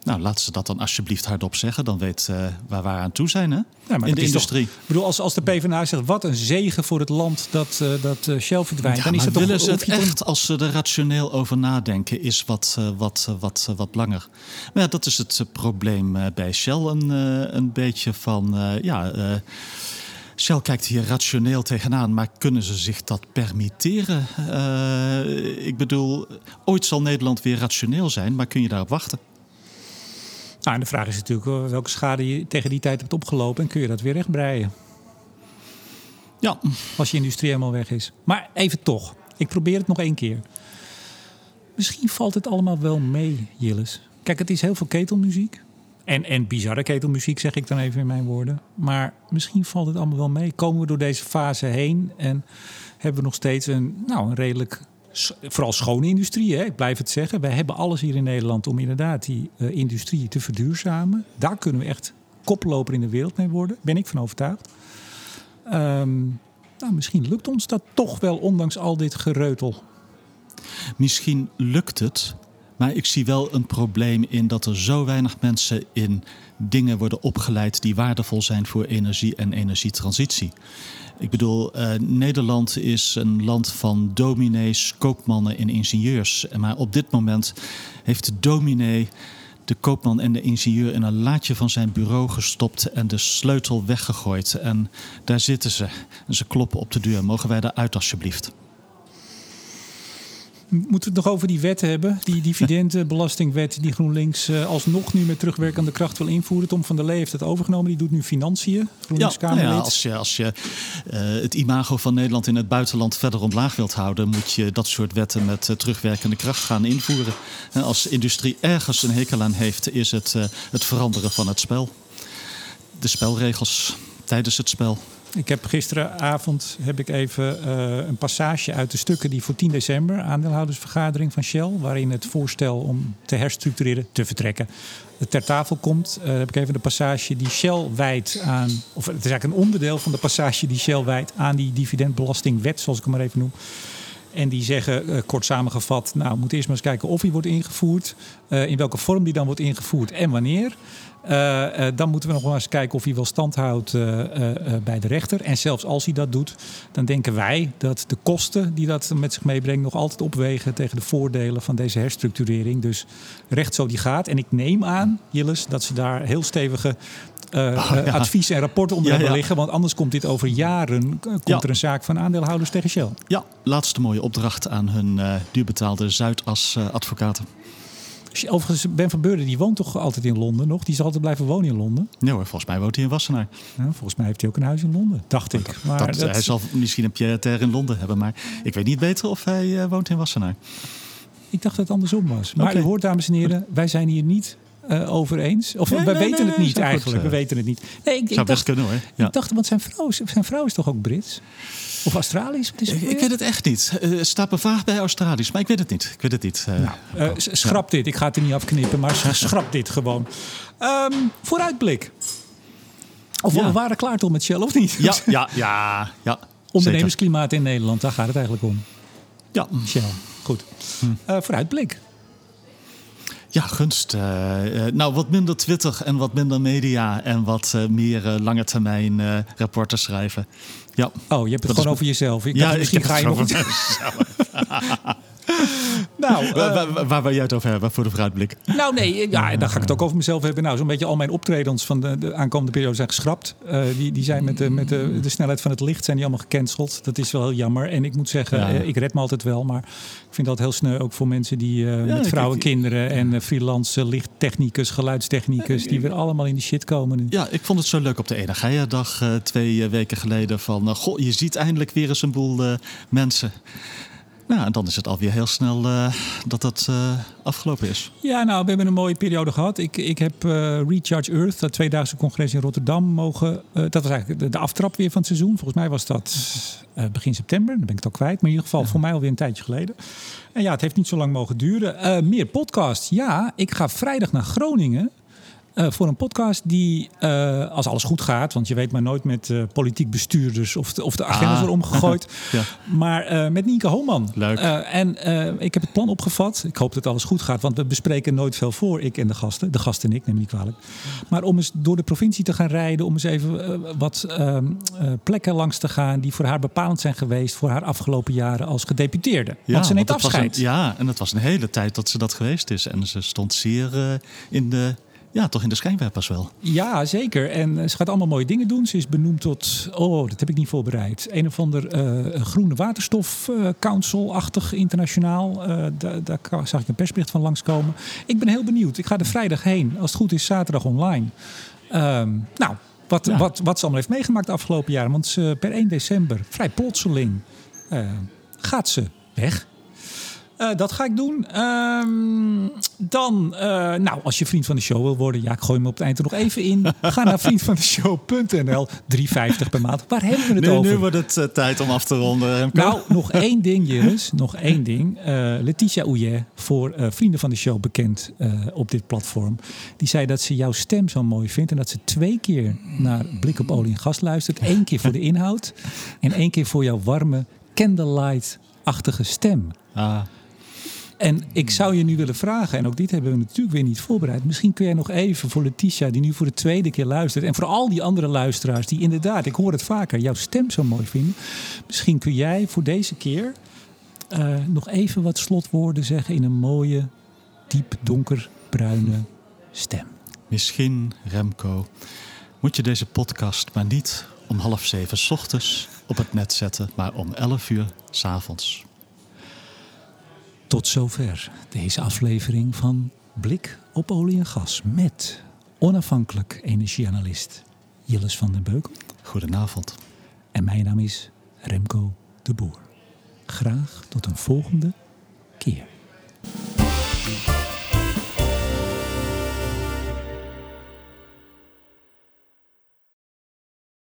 Nou, laten ze dat dan alsjeblieft hardop zeggen. Dan weet uh, waar we aan toe zijn, hè? Ja, maar in de industrie. Toch, ik bedoel, als, als de PvdA zegt, wat een zegen voor het land dat, uh, dat uh, Shell verdwijnt. Ja, dan is maar het willen toch, ze het echt, toch... als ze er rationeel over nadenken, is wat, uh, wat, uh, wat, uh, wat langer. Maar ja, dat is het uh, probleem uh, bij Shell. Een, uh, een beetje van, uh, ja... Uh, Shell kijkt hier rationeel tegenaan, maar kunnen ze zich dat permitteren? Uh, ik bedoel, ooit zal Nederland weer rationeel zijn, maar kun je daarop wachten? Nou, en de vraag is natuurlijk welke schade je tegen die tijd hebt opgelopen en kun je dat weer rechtbreien? Ja. Als je industrie helemaal weg is. Maar even toch, ik probeer het nog één keer. Misschien valt het allemaal wel mee, Jilles. Kijk, het is heel veel ketelmuziek. En, en bizarre ketelmuziek, zeg ik dan even in mijn woorden. Maar misschien valt het allemaal wel mee. Komen we door deze fase heen en hebben we nog steeds een, nou, een redelijk, vooral schone industrie. Hè? Ik blijf het zeggen. Wij hebben alles hier in Nederland om inderdaad die uh, industrie te verduurzamen. Daar kunnen we echt koploper in de wereld mee worden. Ben ik van overtuigd. Um, nou, misschien lukt ons dat toch wel, ondanks al dit gereutel. Misschien lukt het. Maar ik zie wel een probleem in dat er zo weinig mensen in dingen worden opgeleid die waardevol zijn voor energie en energietransitie. Ik bedoel, uh, Nederland is een land van dominees, koopmannen en ingenieurs. Maar op dit moment heeft de dominee de koopman en de ingenieur in een laadje van zijn bureau gestopt en de sleutel weggegooid. En daar zitten ze. En ze kloppen op de deur. Mogen wij daaruit alsjeblieft? Moeten we het nog over die wet hebben? Die dividendenbelastingwet die GroenLinks uh, alsnog nu met terugwerkende kracht wil invoeren. Tom van der Lee heeft het overgenomen. Die doet nu financiën. GroenLinks ja, Kamerlid. Ja, als je, als je uh, het imago van Nederland in het buitenland verder omlaag wilt houden, moet je dat soort wetten met uh, terugwerkende kracht gaan invoeren. En als industrie ergens een hekel aan heeft, is het uh, het veranderen van het spel. De spelregels tijdens het spel. Ik heb gisteravond heb ik even uh, een passage uit de stukken die voor tien december, aandeelhoudersvergadering van Shell, waarin het voorstel om te herstructureren, te vertrekken, ter tafel komt. Uh, heb ik even de passage die Shell wijdt aan, of het is eigenlijk een onderdeel van de passage die Shell wijdt aan die dividendbelastingwet, zoals ik hem maar even noem. En die zeggen, uh, kort samengevat, nou, we moeten eerst maar eens kijken of die wordt ingevoerd, uh, in welke vorm die dan wordt ingevoerd en wanneer. Uh, uh, dan moeten we nog wel eens kijken of hij wel stand houdt uh, uh, bij de rechter. En zelfs als hij dat doet, dan denken wij dat de kosten die dat met zich meebrengt nog altijd opwegen tegen de voordelen van deze herstructurering. Dus recht zo die gaat. En ik neem aan, Jilles, dat ze daar heel stevige uh, oh, ja. adviezen en rapporten onder ja, hebben ja. liggen. Want anders komt dit over jaren, uh, komt ja. er een zaak van aandeelhouders tegen Shell. Ja, laatste mooie opdracht aan hun uh, duurbetaalde Zuidas uh, advocaten. Overigens, Ben van Beurden, die woont toch altijd in Londen nog? Die zal altijd blijven wonen in Londen? Nee hoor, volgens mij woont hij in Wassenaar. Ja, volgens mij heeft hij ook een huis in Londen, dacht ik. Maar dat, dat... Hij zal misschien een pied-à-terre in Londen hebben, maar ik weet niet beter of hij uh, woont in Wassenaar. Ik dacht dat het andersom was. Maar okay. U hoort, dames en heren, wij zijn hier niet uh, over eens. Of nee, wij nee, weten nee, het niet eigenlijk. Goed, uh, we weten het niet. Nee, ik, zou ik best dacht, kunnen hoor. Ja. Ik dacht, want zijn vrouw, zijn vrouw is toch ook Brits? Of Australisch? Ik, ik weet het echt niet. Het uh, staat me vaag bij Australisch, maar ik weet het niet. Ik weet het niet. Uh, nou, uh, schrap ja. dit. Ik ga het er niet afknippen, maar schrap dit gewoon. Um, vooruitblik. Of ja. we waren klaar toch met Shell, of niet? Ja, ja, ja. ja Ondernemersklimaat zeker. In Nederland, daar gaat het eigenlijk om. Ja. Shell, goed. Hm. Uh, vooruitblik. Ja, gunst. Uh, uh, nou, wat minder Twitter en wat minder media en wat uh, meer uh, lange termijn uh, rapporten schrijven. Ja. Oh, je hebt het gewoon is... over jezelf. Ik ja, dacht, misschien ik ga je nog iets... Nou, uh, waar, waar, waar wil jij het over hebben voor de vooruitblik? Nou nee, ja, dan ga ik het ook over mezelf hebben. Nou, zo'n beetje al mijn optredens van de, de aankomende periode zijn geschrapt. Uh, die, die zijn met, de, met de, de snelheid van het licht zijn die allemaal gecanceld. Dat is wel heel jammer. En ik moet zeggen, ja. uh, ik red me altijd wel. Maar ik vind dat heel sneu ook voor mensen die uh, ja, met vrouwen, ik, kinderen en uh, freelance lichttechnicus, geluidstechnicus, die weer allemaal in die shit komen nu. Ja, ik vond het zo leuk op de Energia-dag uh, twee uh, weken geleden van, uh, goh, je ziet eindelijk weer eens een boel uh, mensen. Nou, en dan is het alweer heel snel uh, dat dat uh, afgelopen is. Ja, nou, we hebben een mooie periode gehad. Ik, ik heb uh, Recharge Earth, dat tweedaagse congres in Rotterdam, mogen... Uh, dat was eigenlijk de, de aftrap weer van het seizoen. Volgens mij was dat uh, begin september. Dan ben ik het al kwijt. Maar in ieder geval ja. voor mij alweer een tijdje geleden. En ja, het heeft niet zo lang mogen duren. Uh, meer podcast. Ja, ik ga vrijdag naar Groningen. Uh, voor een podcast die, uh, als alles goed gaat... want je weet maar nooit met uh, politiek bestuurders... of de, of de agendas ah. worden omgegooid. ja. Maar uh, met Nienke Hooman. Leuk. Uh, en uh, ik heb het plan opgevat. Ik hoop dat alles goed gaat. Want we bespreken nooit veel voor, ik en de gasten. De gasten en ik, neem me niet kwalijk. Maar om eens door de provincie te gaan rijden... om eens even uh, wat uh, uh, plekken langs te gaan... die voor haar bepalend zijn geweest... voor haar afgelopen jaren als gedeputeerde. Ja, want ze neemt afscheid. Een, ja, en het was een hele tijd dat ze dat geweest is. En ze stond zeer uh, in de... Ja, toch in de schijnwerpers wel. Ja, zeker. En ze gaat allemaal mooie dingen doen. Ze is benoemd tot, oh, dat heb ik niet voorbereid. Een of ander uh, groene waterstof uh, council-achtig internationaal. Uh, daar, daar zag ik een persbericht van langskomen. Ik ben heel benieuwd. Ik ga er vrijdag heen. Als het goed is, zaterdag online. Um, nou, wat, ja. wat, wat ze allemaal heeft meegemaakt de afgelopen jaren. Want ze, per één december, vrij plotseling, uh, gaat ze weg. Uh, dat ga ik doen. Um, dan, uh, nou, als je vriend van de show wil worden... ja, ik gooi me op het eind er nog even in. Ga naar vriendvandeshow punt n l. drie vijftig per maand. Waar hebben we het nu, over? Nu wordt het uh, tijd om af te ronden, Remco. Nou, nog één ding, Jiris. Nog één ding. Uh, Letitia Ouillet, voor uh, vrienden van de show bekend uh, op dit platform... die zei dat ze jouw stem zo mooi vindt... en dat ze twee keer naar Blik op Olie en Gas luistert. Eén keer voor de inhoud... en één keer voor jouw warme, candlelight-achtige stem. Ah. En ik zou je nu willen vragen, en ook dit hebben we natuurlijk weer niet voorbereid... misschien kun jij nog even voor Letitia, die nu voor de tweede keer luistert... en voor al die andere luisteraars die inderdaad, ik hoor het vaker... jouw stem zo mooi vinden... misschien kun jij voor deze keer uh, nog even wat slotwoorden zeggen... in een mooie, diep donkerbruine stem. Misschien, Remco, moet je deze podcast maar niet om half zeven 's ochtends op het net zetten... maar om elf uur 's avonds. Tot zover deze aflevering van Blik op Olie en Gas... met onafhankelijk energieanalist Jilles van den Beukel. Goedenavond. En mijn naam is Remco de Boer. Graag tot een volgende keer.